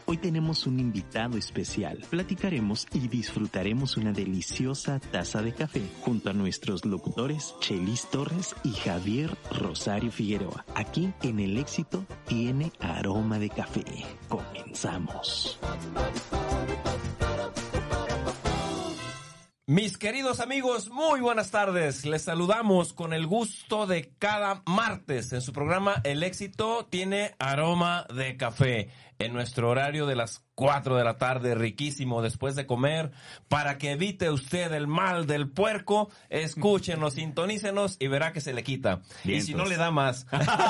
Hoy tenemos un invitado especial. Platicaremos y disfrutaremos una deliciosa taza de café junto a nuestros locutores Chelis Torres y Javier Rosario Figueroa. Aquí en El Éxito tiene aroma de café. Comenzamos. Mis queridos amigos, muy buenas tardes. Les saludamos con el gusto de cada martes en su programa El Éxito tiene aroma de café. En nuestro horario de las 4 de la tarde, riquísimo, después de comer, para que evite usted el mal del puerco, escúchenos, sintonícenos y verá que se le quita. Bien, y si pues. no le da más.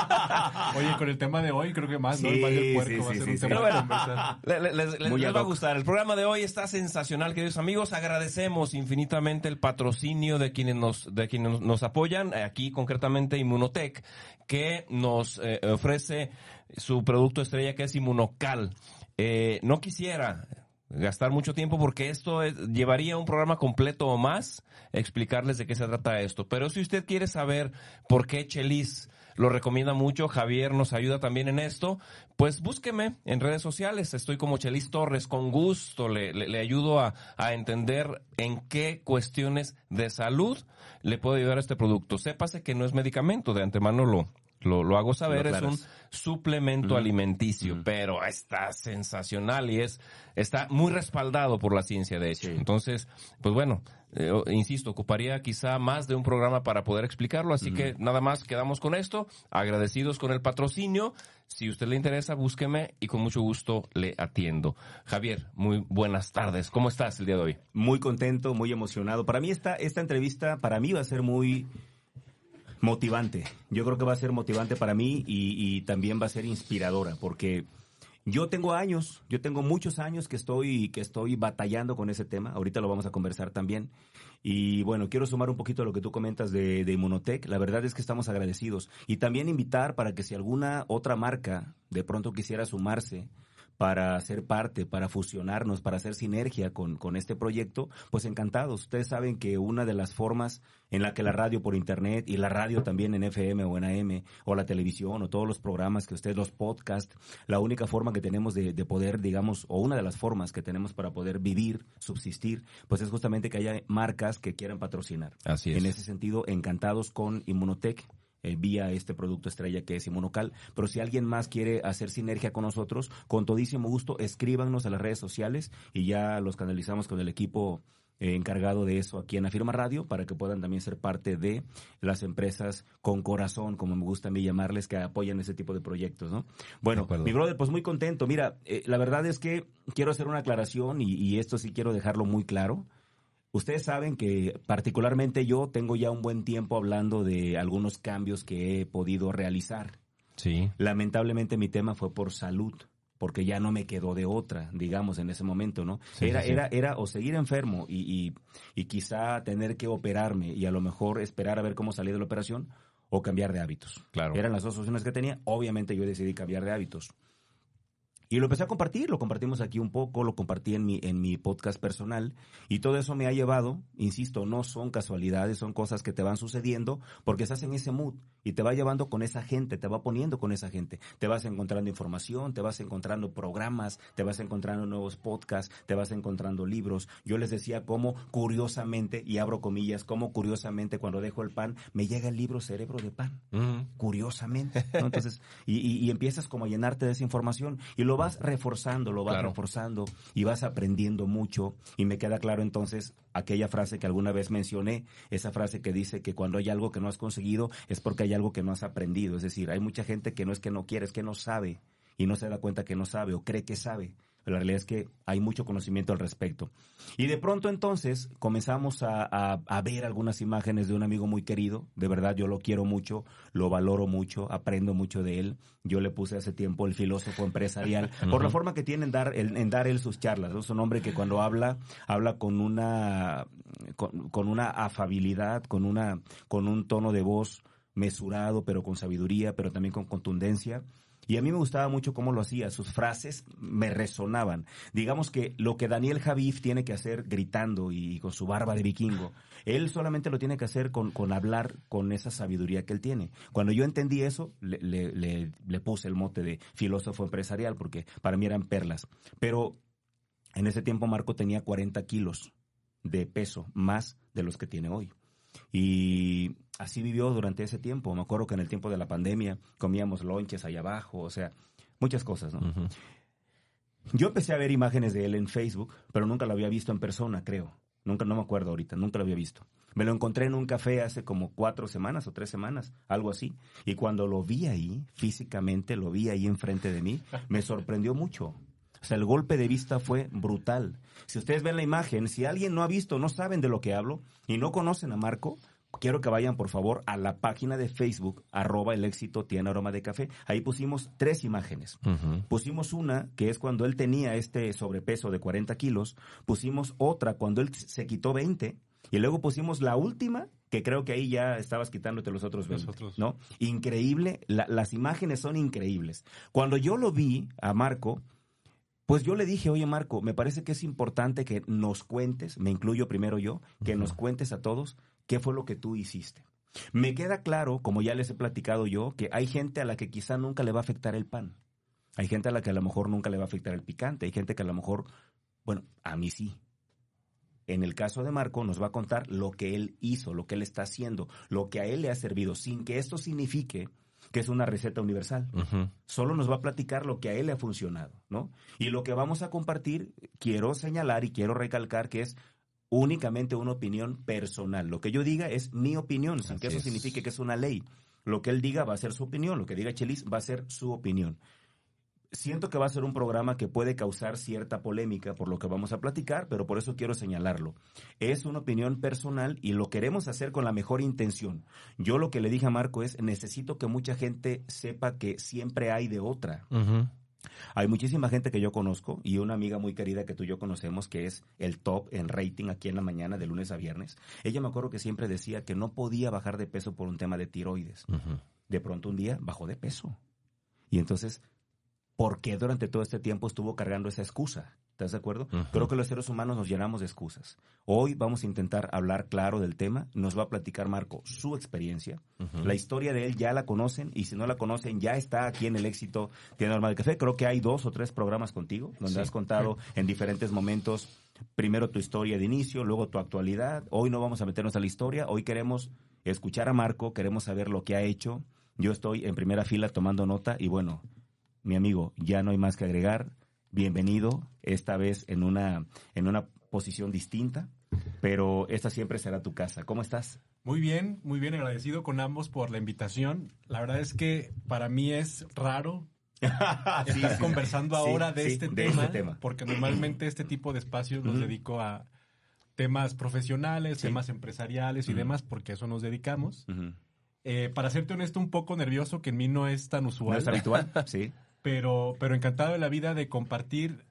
Oye, con el tema de hoy creo que más, Sí, ¿no? El mal del puerco sí, va a ser sí, un sí. tema Pero de bueno, conversar. les va a gustar. El programa de hoy está sensacional, queridos amigos. Agradecemos infinitamente el patrocinio de quienes nos apoyan, aquí concretamente Inmunotech, que nos ofrece su producto estrella, que es Inmunocal. No quisiera gastar mucho tiempo porque esto llevaría un programa completo o más explicarles de qué se trata esto. Pero si usted quiere saber por qué Chelis lo recomienda mucho, Javier nos ayuda también en esto, pues búsqueme en redes sociales. Estoy como Chelis Torres, con gusto le ayudo a entender en qué cuestiones de salud le puede ayudar este producto. Sépase que no es medicamento, de antemano lo hago saber, es un suplemento alimenticio, pero está sensacional y está muy respaldado por la ciencia, de hecho. Sí. Entonces, pues bueno, insisto, ocuparía quizá más de un programa para poder explicarlo, así que nada más quedamos con esto, agradecidos con el patrocinio. Si a usted le interesa, búsqueme y con mucho gusto le atiendo. Javier, muy buenas tardes. ¿Cómo estás el día de hoy? Muy contento, muy emocionado. Para mí esta entrevista, para mí va a ser muy motivante. Yo creo que va a ser motivante para mí y también va a ser inspiradora, porque yo tengo muchos años que estoy batallando con ese tema. Ahorita lo vamos a conversar también. Y bueno, quiero sumar un poquito a lo que tú comentas de Inmunotech. La verdad es que estamos agradecidos. Y también invitar para que si alguna otra marca de pronto quisiera sumarse para ser parte, para fusionarnos, para hacer sinergia con este proyecto, pues encantados. Ustedes saben que una de las formas en la que la radio por internet y la radio también en FM o en AM o la televisión o todos los programas que ustedes, los podcasts, la única forma que tenemos de poder, digamos, o una de las formas que tenemos para poder vivir, subsistir, pues es justamente que haya marcas que quieran patrocinar. Así es. En ese sentido, encantados con Inmunotech, vía este producto estrella que es Inmunocal. Pero si alguien más quiere hacer sinergia con nosotros, con todísimo gusto, escríbanos a las redes sociales y ya los canalizamos con el equipo encargado de eso aquí en Afirma Radio, para que puedan también ser parte de las empresas con corazón, como me gusta a mí llamarles, que apoyan ese tipo de proyectos, ¿no? Bueno, mi brother, pues muy contento. Mira, la verdad es que quiero hacer una aclaración y esto sí quiero dejarlo muy claro. Ustedes saben que particularmente yo tengo ya un buen tiempo hablando de algunos cambios que he podido realizar. Sí. Lamentablemente mi tema fue por salud, porque ya no me quedó de otra, digamos, en ese momento, ¿no? Sí, era o seguir enfermo y quizá tener que operarme y a lo mejor esperar a ver cómo salía de la operación, o cambiar de hábitos. Claro. Eran las dos opciones que tenía. Obviamente yo decidí cambiar de hábitos. Y lo empecé a compartir, lo compartimos aquí un poco, lo compartí en mi podcast personal, y todo eso me ha llevado, insisto, no son casualidades, son cosas que te van sucediendo porque estás en ese mood y te va llevando con esa gente, te va poniendo con esa gente, te vas encontrando información, te vas encontrando programas, te vas encontrando nuevos podcasts, te vas encontrando libros. Yo les decía cómo curiosamente, y abro comillas, cómo curiosamente cuando dejo el pan me llega el libro Cerebro de Pan, curiosamente, ¿no? Entonces, y empiezas como a llenarte de esa información y lo vas reforzando y vas aprendiendo mucho. Y me queda claro entonces aquella frase que alguna vez mencioné, esa frase que dice que cuando hay algo que no has conseguido es porque hay algo que no has aprendido. Es decir, hay mucha gente que no es que no quiere, es que no sabe y no se da cuenta que no sabe o cree que sabe. Pero la realidad es que hay mucho conocimiento al respecto. Y de pronto entonces comenzamos a ver algunas imágenes de un amigo muy querido. De verdad, yo lo quiero mucho, lo valoro mucho, aprendo mucho de él. Yo le puse hace tiempo el filósofo empresarial, por la forma que tiene en dar él sus charlas, ¿no? Es un hombre que cuando habla con una afabilidad, con un tono de voz mesurado, pero con sabiduría, pero también con contundencia. Y a mí me gustaba mucho cómo lo hacía, sus frases me resonaban. Digamos que lo que Daniel Javif tiene que hacer gritando y con su barba de vikingo, él solamente lo tiene que hacer con hablar con esa sabiduría que él tiene. Cuando yo entendí eso, le puse el mote de filósofo empresarial, porque para mí eran perlas. Pero en ese tiempo Marco tenía 40 kilos de peso, más de los que tiene hoy. Y así vivió durante ese tiempo. Me acuerdo que en el tiempo de la pandemia comíamos lonches allá abajo, o sea, muchas cosas, ¿no? Ujú. Yo empecé a ver imágenes de él en Facebook, pero nunca lo había visto en persona, creo. Nunca, no me acuerdo ahorita, nunca lo había visto. Me lo encontré en un café hace como 4 semanas o 3 semanas, algo así. Y cuando lo vi ahí, físicamente lo vi ahí enfrente de mí, me sorprendió mucho. O sea, el golpe de vista fue brutal. Si ustedes ven la imagen, si alguien no ha visto, no saben de lo que hablo y no conocen a Marco, quiero que vayan por favor a la página de Facebook, @El Éxito tiene aroma de café. Ahí pusimos 3 imágenes. Ujú. Pusimos una que es cuando él tenía este sobrepeso de 40 kilos. Pusimos otra cuando él se quitó 20. Y luego pusimos la última, que creo que ahí ya estabas quitándote los otros 20, ¿no? Increíble, las imágenes son increíbles. Cuando yo lo vi a Marco, pues yo le dije, oye Marco, me parece que es importante que nos cuentes, me incluyo primero yo, que nos cuentes a todos qué fue lo que tú hiciste. Me queda claro, como ya les he platicado yo, que hay gente a la que quizá nunca le va a afectar el pan. Hay gente a la que a lo mejor nunca le va a afectar el picante. Hay gente que a lo mejor, bueno, a mí sí. En el caso de Marco nos va a contar lo que él hizo, lo que él está haciendo, lo que a él le ha servido, sin que esto signifique que es una receta universal. Ujú. Solo nos va a platicar lo que a él le ha funcionado, ¿no? Y lo que vamos a compartir, quiero señalar y quiero recalcar que es únicamente una opinión personal. Lo que yo diga es mi opinión, sin que Así eso es. signifique que es una ley. Lo que él diga va a ser su opinión, lo que diga Chelis va a ser su opinión. Siento que va a ser un programa que puede causar cierta polémica por lo que vamos a platicar, pero por eso quiero señalarlo. Es una opinión personal y lo queremos hacer con la mejor intención. Yo lo que le dije a Marco es, necesito que mucha gente sepa que siempre hay de otra. Ujú. Hay muchísima gente que yo conozco y una amiga muy querida que tú y yo conocemos que es el top en rating aquí en la mañana de lunes a viernes. Ella me acuerdo que siempre decía que no podía bajar de peso por un tema de tiroides. Ujú. De pronto un día bajó de peso. Y entonces, ¿por qué durante todo este tiempo estuvo cargando esa excusa? ¿Estás de acuerdo? Ujú. Creo que los seres humanos nos llenamos de excusas. Hoy vamos a intentar hablar claro del tema. Nos va a platicar Marco su experiencia. Ujú. La historia de él ya la conocen y si no la conocen ya está aquí en El Éxito Tiene Aroma de Café. Creo que hay 2 o 3 programas contigo donde Sí. has contado en diferentes momentos primero tu historia de inicio, luego tu actualidad. Hoy no vamos a meternos a la historia. Hoy queremos escuchar a Marco, queremos saber lo que ha hecho. Yo estoy en primera fila tomando nota y bueno, mi amigo, ya no hay más que agregar. Bienvenido, esta vez en una posición distinta, pero esta siempre será tu casa. ¿Cómo estás? Muy bien, agradecido con ambos por la invitación. La verdad es que para mí es raro estar conversando ahora de, este tema, porque normalmente este tipo de espacios los dedico a temas profesionales, temas empresariales y demás, porque a eso nos dedicamos. Para serte honesto, un poco nervioso, que en mí no es tan usual. ¿No es habitual? Sí. Pero encantado de la vida de compartir,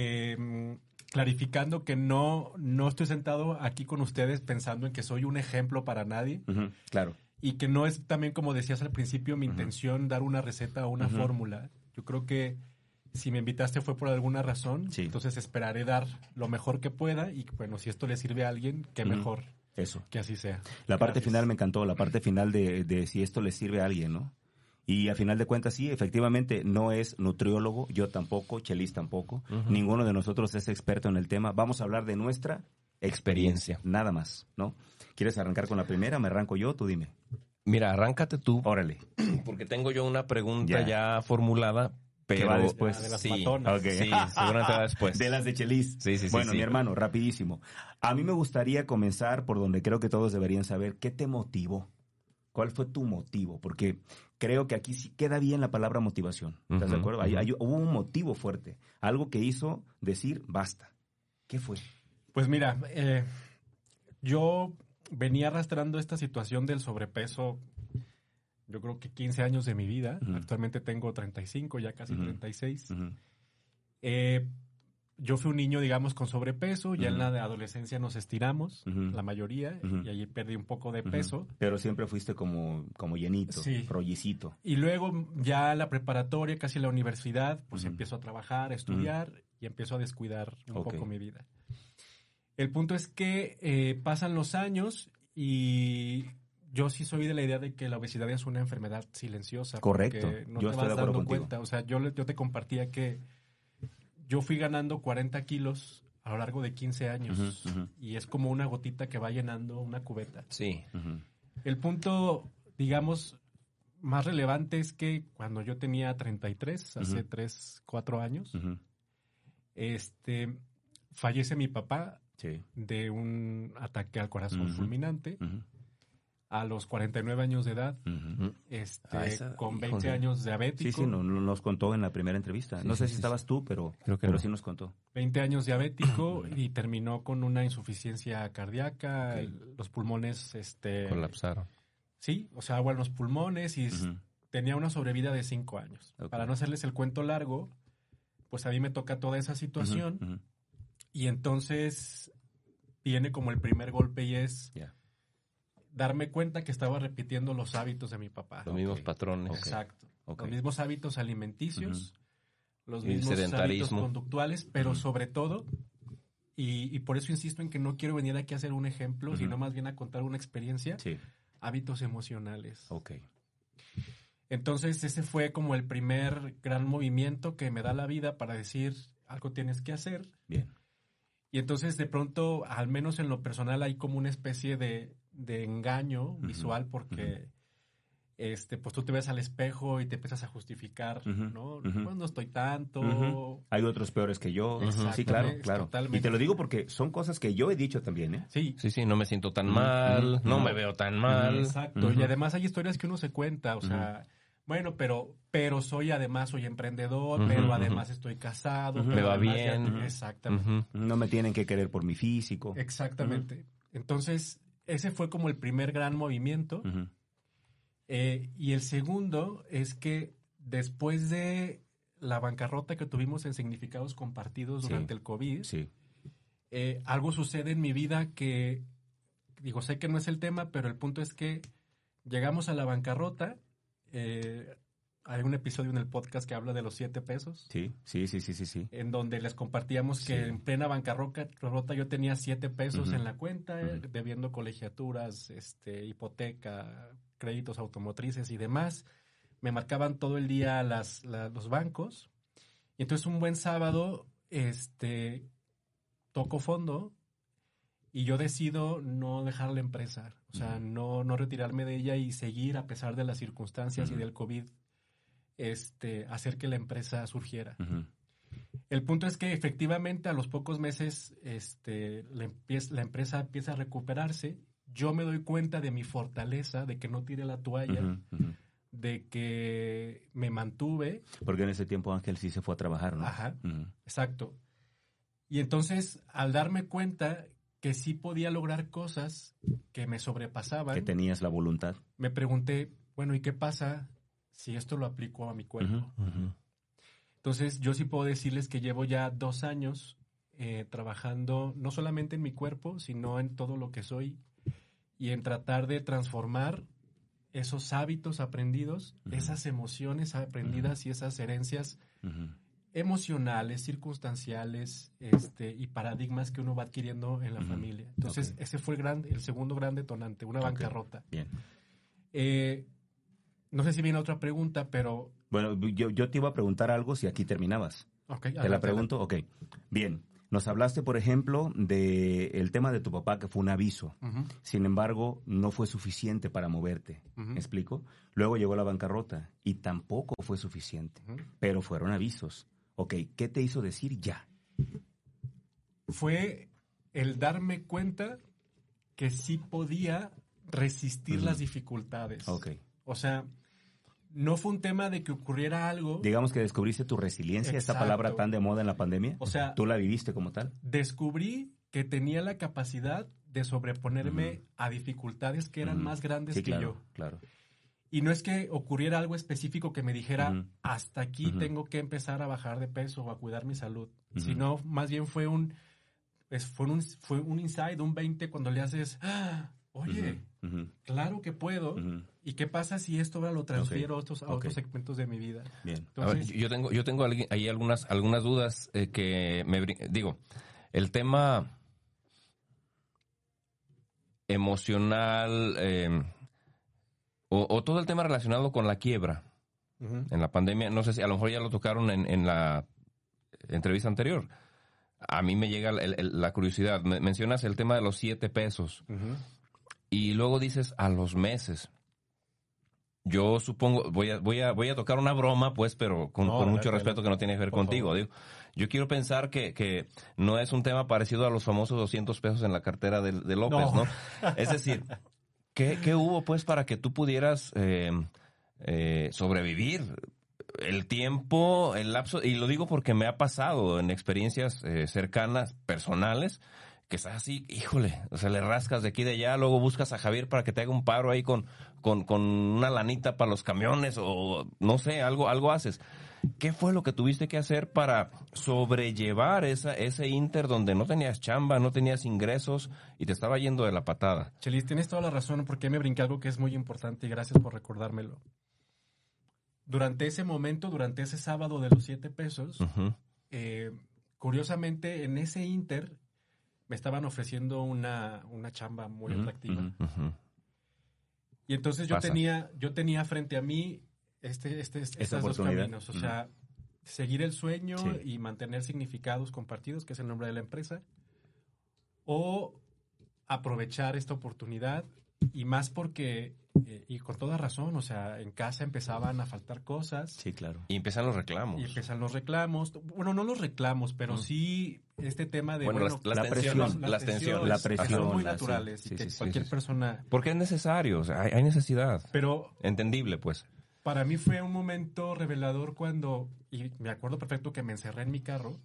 clarificando que no estoy sentado aquí con ustedes pensando en que soy un ejemplo para nadie. Claro. Y que no es también, como decías al principio, mi intención dar una receta o una fórmula. Yo creo que si me invitaste fue por alguna razón. Sí. Entonces esperaré dar lo mejor que pueda. Y bueno, si esto le sirve a alguien, qué mejor Eso. que así sea. La parte Gracias. final me encantó, la parte final de si esto le sirve a alguien, ¿no? Y a final de cuentas, sí, efectivamente, no es nutriólogo, yo tampoco, Chelis tampoco. Ninguno de nosotros es experto en el tema. Vamos a hablar de nuestra experiencia, nada más, ¿no? ¿Quieres arrancar con la primera? ¿Me arranco yo? Tú dime. Mira, arráncate tú, Órale. porque tengo yo una pregunta Ya. ya formulada, pero... va después? De las sí, matonas. Ok. sí, seguramente va después. De las de Chelis. Sí, sí, sí, Bueno, sí. mi hermano, rapidísimo. A mí me gustaría comenzar por donde creo que todos deberían saber. ¿Qué te motivó? ¿Cuál fue tu motivo? Porque creo que aquí sí queda bien la palabra motivación. ¿Estás de acuerdo? Hubo un motivo fuerte. Algo que hizo decir, basta. ¿Qué fue? Pues mira, yo venía arrastrando esta situación del sobrepeso, yo creo que 15 años de mi vida. Actualmente tengo 35, ya casi 36. yo fui un niño, digamos, con sobrepeso. Ya en la adolescencia nos estiramos, la mayoría, y allí perdí un poco de peso. Pero siempre fuiste como llenito, rollicito. Y luego ya la preparatoria, casi la universidad, pues empiezo a trabajar, a estudiar y empiezo a descuidar un poco mi vida. El punto es que pasan los años y yo sí soy de la idea de que la obesidad es una enfermedad silenciosa. Correcto. Porque no yo te estoy vas de acuerdo dando contigo. cuenta. O sea, yo te compartía que yo fui ganando 40 kilos a lo largo de 15 años. Y es como una gotita que va llenando una cubeta. Sí. El punto, digamos, más relevante es que cuando yo tenía 33, hace 3, 4 años, fallece mi papá de un ataque al corazón fulminante. A los 49 años de edad, con 20 años diabético. Sí, nos contó en la primera entrevista. No sé si estabas tú, pero sí nos contó. 20 años diabético y terminó con una insuficiencia cardíaca, los pulmones colapsaron. Sí, o sea, agua en los pulmones y tenía una sobrevida de 5 años. Para no hacerles el cuento largo, pues a mí me toca toda esa situación y entonces viene como el primer golpe y es... darme cuenta que estaba repitiendo los hábitos de mi papá. Los mismos patrones. Exacto. Los mismos hábitos alimenticios, los mismos hábitos conductuales, pero sobre todo, y por eso insisto en que no quiero venir aquí a hacer un ejemplo, sino más bien a contar una experiencia, hábitos emocionales. Entonces, ese fue como el primer gran movimiento que me da la vida para decir, algo tienes que hacer. Bien. Y entonces, de pronto, al menos en lo personal, hay como una especie de engaño visual porque pues tú te ves al espejo y te empiezas a justificar, ¿no? Pues no estoy tanto. Hay otros peores que yo. Sí, claro. Totalmente. Y te lo digo porque son cosas que yo he dicho también, ¿eh? Sí, no me siento tan mal, no me veo tan mal. Exacto. Y además hay historias que uno se cuenta, o sea, bueno, pero soy emprendedor, pero además estoy casado. Me va bien. Exactamente. No me tienen que querer por mi físico. Exactamente. Entonces, ese fue como el primer gran movimiento. Y el segundo es que después de la bancarrota que tuvimos en Significados Compartidos durante el COVID, algo sucede en mi vida que, digo, sé que no es el tema, pero el punto es que llegamos a la bancarrota. Hay un episodio en el podcast que habla de los 7 pesos. Sí. En donde les compartíamos que en plena bancarrota yo tenía 7 pesos en la cuenta, debiendo colegiaturas, hipoteca, créditos automotrices y demás. Me marcaban todo el día los bancos. Y entonces un buen sábado, toco fondo y yo decido no dejar la empresa. O sea, no retirarme de ella y seguir a pesar de las circunstancias y del COVID. Hacer que la empresa surgiera. El punto es que efectivamente a los pocos meses la empresa empieza a recuperarse. Yo me doy cuenta de mi fortaleza, de que no tiré la toalla, de que me mantuve. Porque en ese tiempo Ángel sí se fue a trabajar, ¿no? Exacto. Y entonces al darme cuenta que sí podía lograr cosas que me sobrepasaban. Que tenías la voluntad. Me pregunté, bueno, ¿y qué pasa si esto lo aplico a mi cuerpo? Entonces, yo sí puedo decirles que llevo ya 2 años trabajando no solamente en mi cuerpo, sino en todo lo que soy y en tratar de transformar esos hábitos aprendidos, esas emociones aprendidas y esas herencias emocionales, circunstanciales y paradigmas que uno va adquiriendo en la familia. Entonces, ese fue el segundo gran detonante, una bancarrota. Bien. No sé si viene otra pregunta, pero... Bueno, yo te iba a preguntar algo si aquí terminabas. ¿Te la pregunto? Ok. Bien. Nos hablaste, por ejemplo, del tema de tu papá, que fue un aviso. Sin embargo, no fue suficiente para moverte. ¿Me explico? Luego llegó la bancarrota y tampoco fue suficiente. Pero fueron avisos. Ok, ¿qué te hizo decir ya? Fue el darme cuenta que sí podía resistir las dificultades. Ok. O sea, no fue un tema de que ocurriera algo. Digamos que descubriste tu resiliencia, Exacto. esta palabra tan de moda en la pandemia. O sea, ¿tú la viviste como tal? Descubrí que tenía la capacidad de sobreponerme a dificultades que eran más grandes que yo. Claro. Y no es que ocurriera algo específico que me dijera, hasta aquí tengo que empezar a bajar de peso o a cuidar mi salud, sino más bien fue un insight, un 20 cuando le haces, oye, claro que puedo. ¿Y qué pasa si esto ahora lo transfiero a otros segmentos de mi vida? Bien. Entonces, a ver, yo tengo ahí algunas dudas que digo, el tema emocional o todo el tema relacionado con la quiebra en la pandemia, no sé si a lo mejor ya lo tocaron en la entrevista anterior. A mí me llega la curiosidad. Mencionas el tema de los 7 pesos y luego dices a los meses. Yo supongo, voy a tocar una broma, pues, pero con mucho respeto que no tiene que ver contigo. Digo, yo quiero pensar que no es un tema parecido a los famosos 200 pesos en la cartera de López, ¿no? Es decir, ¿qué hubo, pues, para que tú pudieras sobrevivir? El tiempo, el lapso, y lo digo porque me ha pasado en experiencias cercanas, personales, que estás así, híjole, o sea, le rascas de aquí y de allá, luego buscas a Javier para que te haga un paro ahí con una lanita para los camiones o no sé, algo haces. ¿Qué fue lo que tuviste que hacer para sobrellevar ese inter donde no tenías chamba, no tenías ingresos y te estaba yendo de la patada? Chelis, tienes toda la razón porque me brinqué algo que es muy importante y gracias por recordármelo. Durante ese momento, durante ese sábado de los 7 pesos, curiosamente en ese inter me estaban ofreciendo una chamba muy atractiva. Y entonces yo tenía frente a mí estos dos caminos. O sea, seguir el sueño y mantener significados compartidos, que es el nombre de la empresa, o aprovechar esta oportunidad, y más porque, y con toda razón, o sea, en casa empezaban a faltar cosas. Sí, claro. Y empiezan los reclamos. Bueno, no los reclamos, pero sí este tema de... las tensiones son muy naturales y que cualquier persona... Porque es necesario, o sea, hay necesidad. Pero... entendible, pues. Para mí fue un momento revelador cuando... Y me acuerdo perfecto que me encerré en mi carro.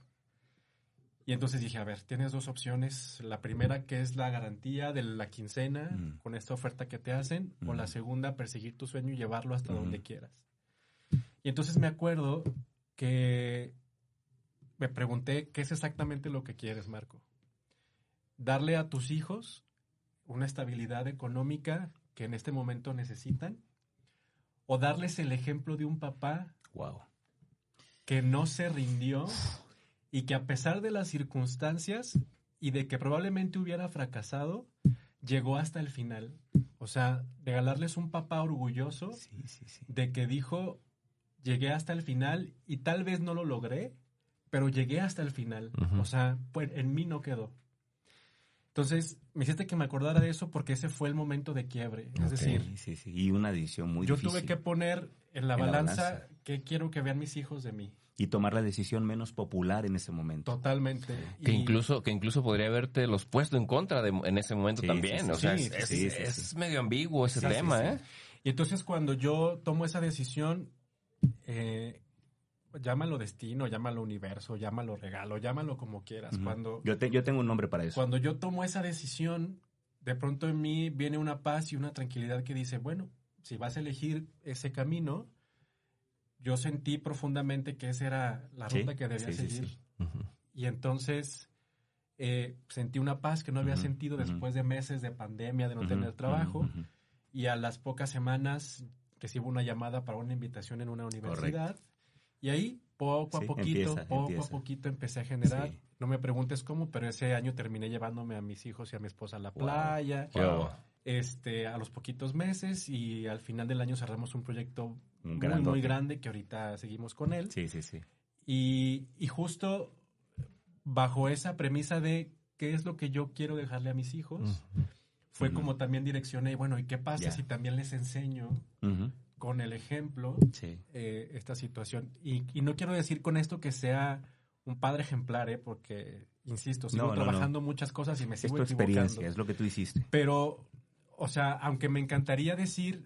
Y entonces dije, a ver, tienes 2 opciones. La primera, que es la garantía de la quincena con esta oferta que te hacen. O la segunda, perseguir tu sueño y llevarlo hasta donde quieras. Y entonces me acuerdo que me pregunté, ¿qué es exactamente lo que quieres, Marco? Darle a tus hijos una estabilidad económica que en este momento necesitan, o darles el ejemplo de un papá que no se rindió y que a pesar de las circunstancias y de que probablemente hubiera fracasado, llegó hasta el final. O sea, regalarles un papá orgulloso de que dijo, llegué hasta el final y tal vez no lo logré, pero llegué hasta el final. O sea, pues en mí no quedó. Entonces, me hiciste que me acordara de eso porque ese fue el momento de quiebre. Es decir, y una decisión muy difícil. Yo tuve que poner en la balanza qué quiero que vean mis hijos de mí. Y tomar la decisión menos popular en ese momento. Totalmente. Que incluso podría haberte los puesto en contra en ese momento también. O sea, es medio ambiguo ese tema, ¿eh? Y entonces cuando yo tomo esa decisión, llámalo destino, llámalo universo, llámalo regalo, llámalo como quieras. Cuando yo tengo un nombre para eso. Cuando yo tomo esa decisión, de pronto en mí viene una paz y una tranquilidad que dice, bueno, si vas a elegir ese camino, yo sentí profundamente que esa era la ruta que debía seguir. Y entonces sentí una paz que no había sentido después de meses de pandemia, de no tener trabajo. Y a las pocas semanas recibo una llamada para una invitación en una universidad. Correcto. Y ahí, poco a poquito empecé a generar. Sí. No me preguntes cómo, pero ese año terminé llevándome a mis hijos y a mi esposa a la playa. A los poquitos meses, y al final del año cerramos un proyecto muy grande que ahorita seguimos con él. Y justo bajo esa premisa de qué es lo que yo quiero dejarle a mis hijos, fue como también direccioné, bueno, ¿y qué pasa si también les enseño con el ejemplo esta situación? Y no quiero decir con esto que sea un padre ejemplar, porque, insisto, sigo trabajando muchas cosas y me sigo equivocando. Es tu experiencia, es lo que tú hiciste. Pero, o sea, aunque me encantaría decir,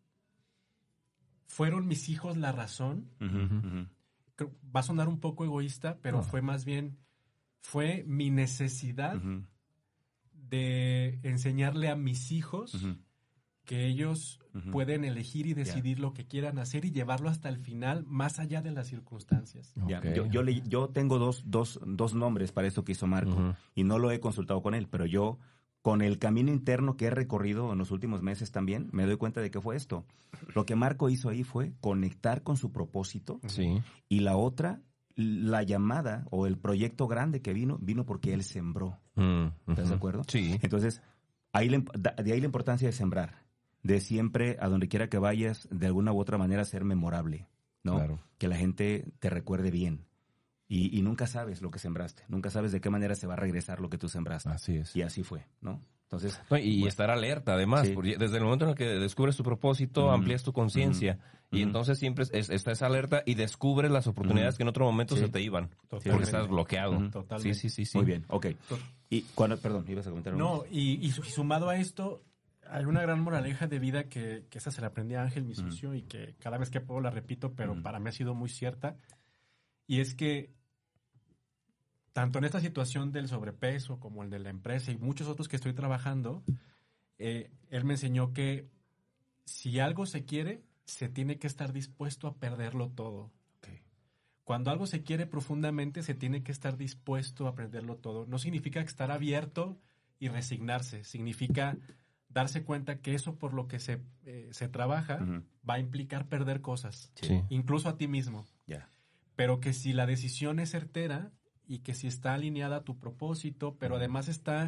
fueron mis hijos la razón, va a sonar un poco egoísta, pero fue más bien, fue mi necesidad de enseñarle a mis hijos que ellos pueden elegir y decidir lo que quieran hacer y llevarlo hasta el final, más allá de las circunstancias. Okay. Yo tengo dos nombres para eso que hizo Marco, y no lo he consultado con él, pero yo, con el camino interno que he recorrido en los últimos meses también, me doy cuenta de que fue esto. Lo que Marco hizo ahí fue conectar con su propósito, y la otra, la llamada o el proyecto grande que vino porque él sembró. ¿Estás de acuerdo? Sí. Entonces, de ahí la importancia de sembrar, de siempre, a donde quiera que vayas, de alguna u otra manera ser memorable, ¿no? Claro. Que la gente te recuerde bien. Y nunca sabes lo que sembraste, nunca sabes de qué manera se va a regresar lo que tú sembraste. Así es. Y así fue, ¿no? Entonces, estar alerta, además, porque desde el momento en el que descubres tu propósito, amplías tu conciencia, y entonces siempre estás alerta y descubres las oportunidades que en otro momento se te iban, porque estás bloqueado. Totalmente. Sí. Muy bien, ok. Perdón, ibas a comentar algo. No, y sumado a esto, hay una gran moraleja de vida que esa se la aprendí a Ángel, mi socio, y que cada vez que puedo la repito, pero para mí ha sido muy cierta, y es que tanto en esta situación del sobrepeso como el de la empresa y muchos otros que estoy trabajando, él me enseñó que si algo se quiere, se tiene que estar dispuesto a perderlo todo. Okay. Cuando algo se quiere profundamente, se tiene que estar dispuesto a perderlo todo. No significa estar abierto y resignarse. Significa darse cuenta que eso por lo que se trabaja va a implicar perder cosas. Sí. Incluso a ti mismo. Yeah. Pero que si la decisión es certera y que si está alineada a tu propósito, pero además está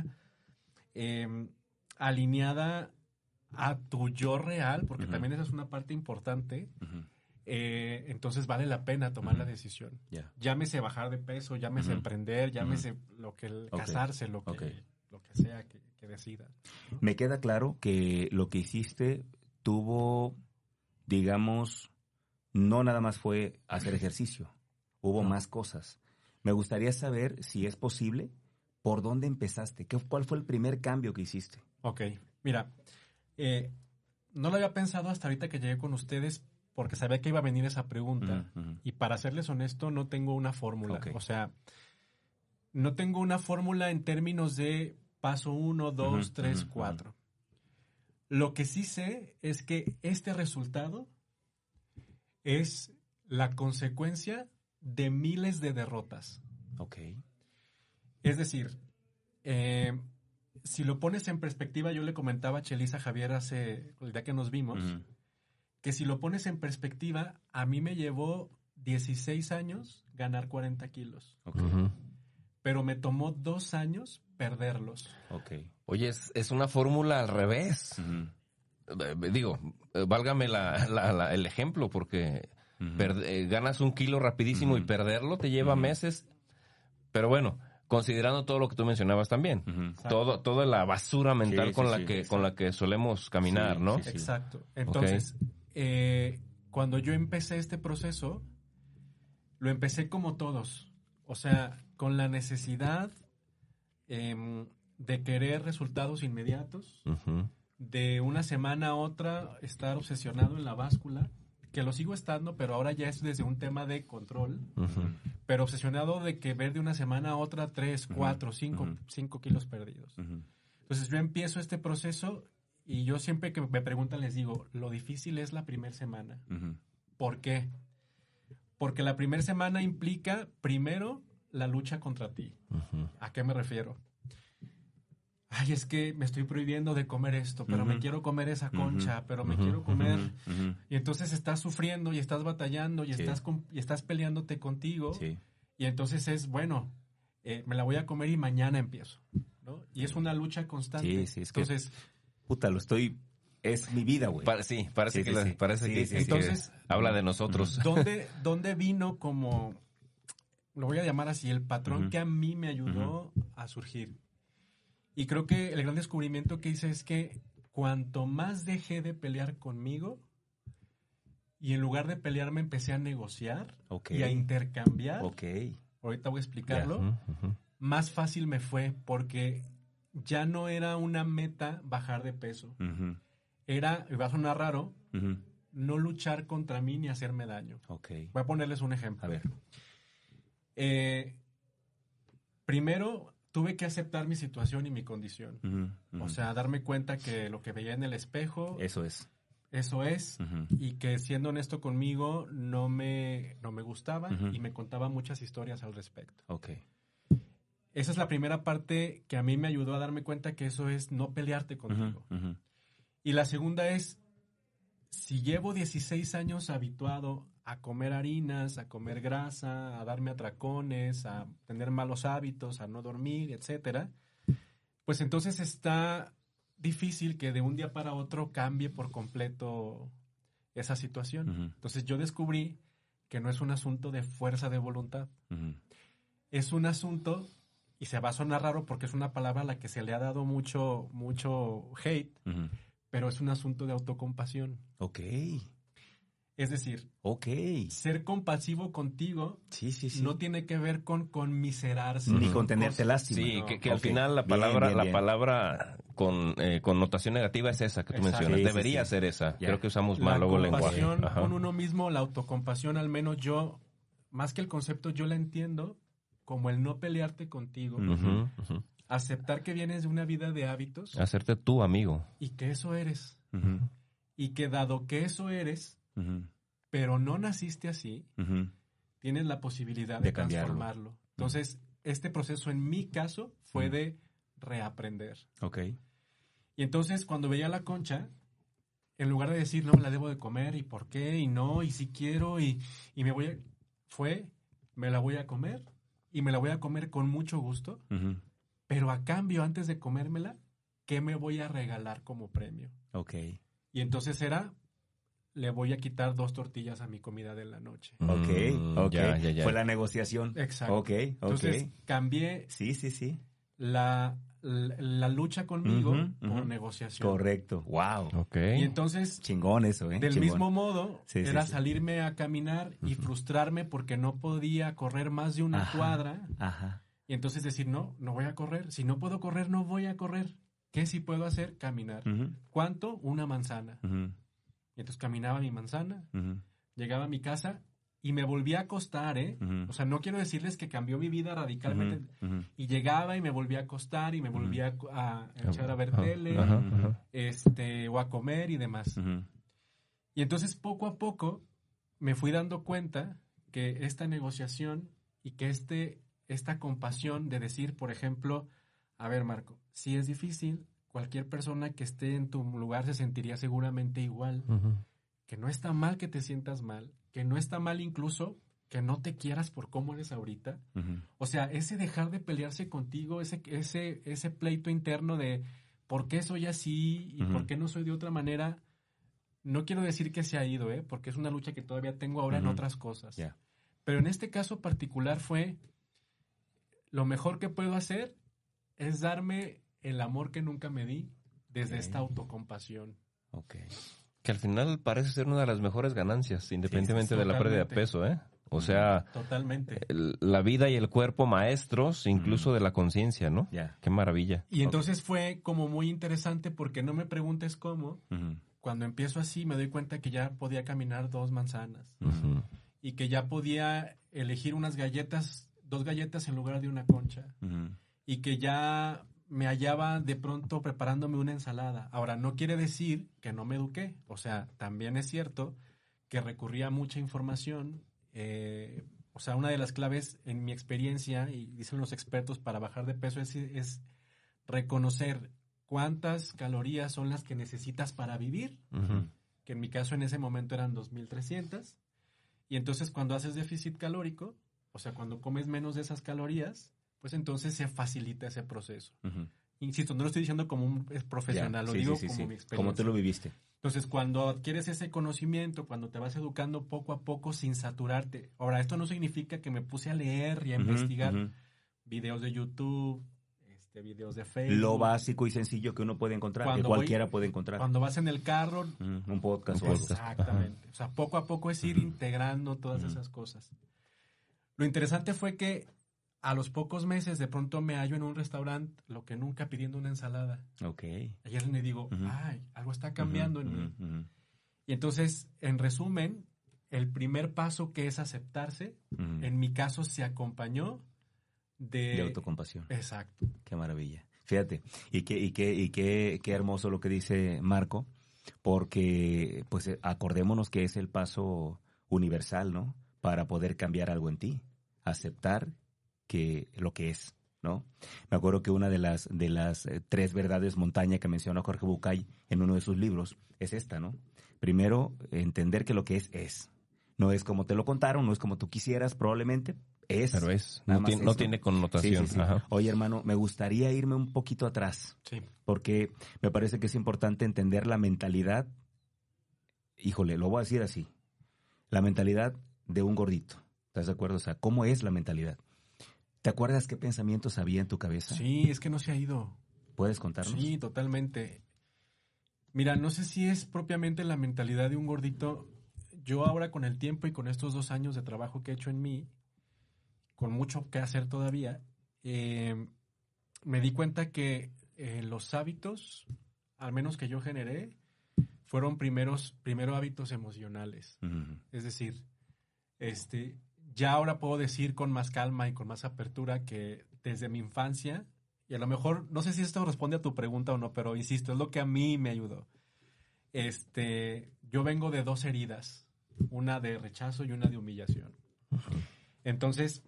alineada a tu yo real, porque también esa es una parte importante, entonces vale la pena tomar la decisión. Yeah. Llámese bajar de peso, llámese emprender, llámese casarse, lo que sea que decida. Me queda claro que lo que hiciste tuvo, digamos, no nada más fue hacer ejercicio, hubo más cosas. Me gustaría saber, si es posible, ¿por dónde empezaste? ¿Cuál fue el primer cambio que hiciste? Ok, mira, no lo había pensado hasta ahorita que llegué con ustedes porque sabía que iba a venir esa pregunta. Y para serles honesto, no tengo una fórmula. Okay. O sea, no tengo una fórmula en términos de paso 1, 2, 3, 4. Lo que sí sé es que este resultado es la consecuencia de miles de derrotas. Ok. Es decir, si lo pones en perspectiva, yo le comentaba a Chelisa Javier el día que nos vimos, que si lo pones en perspectiva, a mí me llevó 16 años ganar 40 kilos. Okay. Pero me tomó 2 años perderlos. Okay. Oye, es una fórmula al revés. Digo, válgame el ejemplo, porque ganas 1 kilo rapidísimo y perderlo te lleva meses. Pero bueno, considerando todo lo que tú mencionabas también, toda la basura mental con la que solemos caminar, ¿no? Sí. Exacto. Entonces, cuando yo empecé este proceso, lo empecé como todos. O sea, con la necesidad de querer resultados inmediatos, de una semana a otra estar obsesionado en la báscula, que lo sigo estando, pero ahora ya es desde un tema de control, pero obsesionado de que ver de una semana a otra 3, 4, 5 kilos perdidos. Entonces yo empiezo este proceso y yo siempre que me preguntan les digo, lo difícil es la primera semana. ¿Por qué? Porque la primera semana implica, primero, la lucha contra ti. ¿A qué me refiero? Ay, es que me estoy prohibiendo de comer esto, pero me quiero comer esa concha, pero me quiero comer. Y entonces estás sufriendo y estás batallando y estás peleándote contigo. Sí. Y entonces es, bueno, me la voy a comer y mañana empiezo, ¿no? Y es una lucha constante. Sí, es entonces, que, es mi vida, güey. Parece que entonces, habla de nosotros. ¿Dónde vino como, lo voy a llamar así, el patrón que a mí me ayudó a surgir? Y creo que el gran descubrimiento que hice es que cuanto más dejé de pelear conmigo y en lugar de pelearme empecé a negociar y a intercambiar, ahorita voy a explicarlo, más fácil me fue porque ya no era una meta bajar de peso. Era, y va a sonar raro, no luchar contra mí ni hacerme daño. Voy a ponerles un ejemplo. A ver. Primero, tuve que aceptar mi situación y mi condición. O sea, darme cuenta que lo que veía en el espejo... Eso es. Y que siendo honesto conmigo, no me gustaba y me contaba muchas historias al respecto. Okay. Esa es la primera parte que a mí me ayudó a darme cuenta que eso es no pelearte contigo. Y la segunda es, si llevo 16 años habituado a comer harinas, a comer grasa, a darme atracones, a tener malos hábitos, a no dormir, etcétera, pues entonces está difícil que de un día para otro cambie por completo esa situación. Entonces yo descubrí que no es un asunto de fuerza de voluntad. Es un asunto, y se va a sonar raro porque es una palabra a la que se le ha dado mucho hate, pero es un asunto de autocompasión. Ok. Es decir, ser compasivo contigo no tiene que ver con conmiserarse. Ni con tenerte lástima. Sí, no. que al final la palabra con connotación negativa es esa que tú mencionas. Debería ser esa. Ya. Creo que usamos mal luego el lenguaje. La compasión con uno mismo, la autocompasión, al menos yo, más que el concepto, yo la entiendo como el no pelearte contigo. Aceptar que vienes de una vida de hábitos. Hacerte tu amigo. Y que eso eres. Y que dado que eso eres, pero no naciste así, tienes la posibilidad de transformarlo. Entonces, este proceso en mi caso fue de reaprender. Y entonces, cuando veía la concha, en lugar de decir, no, me la debo de comer, y por qué, y no, y si quiero, y me voy a... me la voy a comer, y me la voy a comer con mucho gusto, pero a cambio, antes de comérmela, ¿qué me voy a regalar como premio? Y entonces le voy a quitar 2 tortillas a mi comida de la noche. Ya. Fue la negociación. Exacto. Entonces, cambié la lucha conmigo por negociación. Correcto. Wow. Y entonces... Chingón eso, Del mismo modo, era salirme a caminar y frustrarme porque no podía correr más de una cuadra. Y entonces decir, no voy a correr. Si no puedo correr, no voy a correr. ¿Qué sí puedo hacer? Caminar. ¿Cuánto? Una manzana. Y entonces caminaba mi manzana, llegaba a mi casa y me volvía a acostar, O sea, no quiero decirles que cambió mi vida radicalmente. Y llegaba y me volvía a acostar y me volvía a echar a ver tele, o a comer y demás. Y entonces poco a poco me fui dando cuenta que esta negociación y que esta compasión de decir, por ejemplo, a ver, Marco, si es difícil, cualquier persona que esté en tu lugar se sentiría seguramente igual. Que no está mal que te sientas mal, que no está mal incluso que no te quieras por cómo eres ahorita. O sea, ese dejar de pelearse contigo, ese pleito interno de por qué soy así y por qué no soy de otra manera, no quiero decir que se ha ido, porque es una lucha que todavía tengo ahora en otras cosas. Pero en este caso particular fue, lo mejor que puedo hacer es darme el amor que nunca me di desde esta autocompasión. Que al final parece ser una de las mejores ganancias, independientemente de la pérdida de peso, O sea, totalmente. La vida y el cuerpo maestros, incluso de la conciencia, ¿no? Qué maravilla. Y entonces fue como muy interesante porque no me preguntes cómo. Cuando empiezo así me doy cuenta que ya podía caminar 2 manzanas. Y que ya podía elegir 2 galletas en lugar de una concha. Y que ya me hallaba de pronto preparándome una ensalada. Ahora, no quiere decir que no me eduqué. O sea, también es cierto que recurría a mucha información. O sea, una de las claves en mi experiencia, y dicen los expertos, para bajar de peso es reconocer cuántas calorías son las que necesitas para vivir. Que en mi caso en ese momento eran 2,300. Y entonces cuando haces déficit calórico, o sea, cuando comes menos de esas calorías, pues entonces se facilita ese proceso. Insisto, no lo estoy diciendo como un profesional, lo digo como mi experiencia. Como tú lo viviste. Entonces, cuando adquieres ese conocimiento, cuando te vas educando poco a poco sin saturarte. Ahora, esto no significa que me puse a leer y a investigar videos de YouTube, videos de Facebook. Lo básico y sencillo que uno puede encontrar, que cualquiera puede encontrar. Cuando vas en el carro. Un podcast. Exactamente. O sea, poco a poco es ir integrando todas esas cosas. Lo interesante fue que a los pocos meses de pronto me hallo en un restaurante, lo que nunca, pidiendo una ensalada. Ayer me digo, algo está cambiando en mí. Y entonces, en resumen, el primer paso, que es aceptarse, en mi caso se acompañó de autocompasión. Exacto. Qué maravilla. Fíjate, y qué hermoso lo que dice Marco, porque pues acordémonos que es el paso universal, ¿no? Para poder cambiar algo en ti, aceptar que lo que es, ¿no? Me acuerdo que una de las 3 verdades montaña que menciona Jorge Bucay en uno de sus libros es esta, ¿no? Primero, entender que lo que es. No es como te lo contaron, no es como tú quisieras probablemente, es. Pero es, no tiene connotación. Sí. Ajá. Oye, hermano, me gustaría irme un poquito atrás, porque me parece que es importante entender la mentalidad, híjole, lo voy a decir así, la mentalidad de un gordito. ¿Estás de acuerdo? O sea, ¿cómo es la mentalidad? ¿Te acuerdas qué pensamientos había en tu cabeza? Sí, es que no se ha ido. ¿Puedes contarnos? Sí, totalmente. Mira, no sé si es propiamente la mentalidad de un gordito. Yo ahora con el tiempo y con estos 2 años de trabajo que he hecho en mí, con mucho que hacer todavía, me di cuenta que los hábitos, al menos que yo generé, fueron primero hábitos emocionales. Uh-huh. Es decir, ya ahora puedo decir con más calma y con más apertura que desde mi infancia, y a lo mejor, no sé si esto responde a tu pregunta o no, pero insisto, es lo que a mí me ayudó. Yo vengo de 2 heridas, una de rechazo y una de humillación. Uh-huh. Entonces,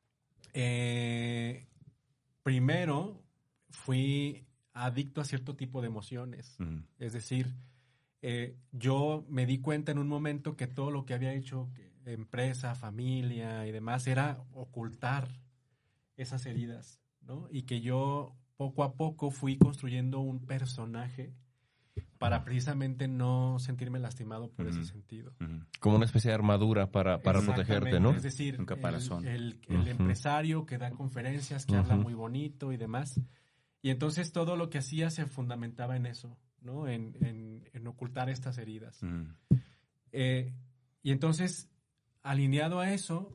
primero fui adicto a cierto tipo de emociones. Uh-huh. Es decir, yo me di cuenta en un momento que todo lo que había hecho, empresa, familia y demás, era ocultar esas heridas, ¿no? Y que yo poco a poco fui construyendo un personaje para precisamente no sentirme lastimado por ese sentido. Como una especie de armadura para protegerte, ¿no? Es decir, un caparazón. El empresario que da conferencias, que habla muy bonito y demás. Y entonces todo lo que hacía se fundamentaba en eso, ¿no? En ocultar estas heridas. Y entonces, alineado a eso,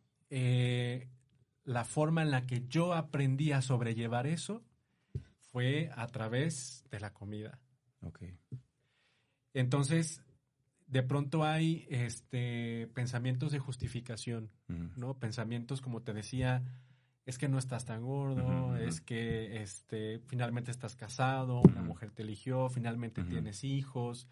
la forma en la que yo aprendí a sobrellevar eso fue a través de la comida. Okay. Entonces, de pronto hay pensamientos de justificación, ¿no? Pensamientos, como te decía, es que no estás tan gordo, es que finalmente estás casado, una mujer te eligió, finalmente tienes hijos,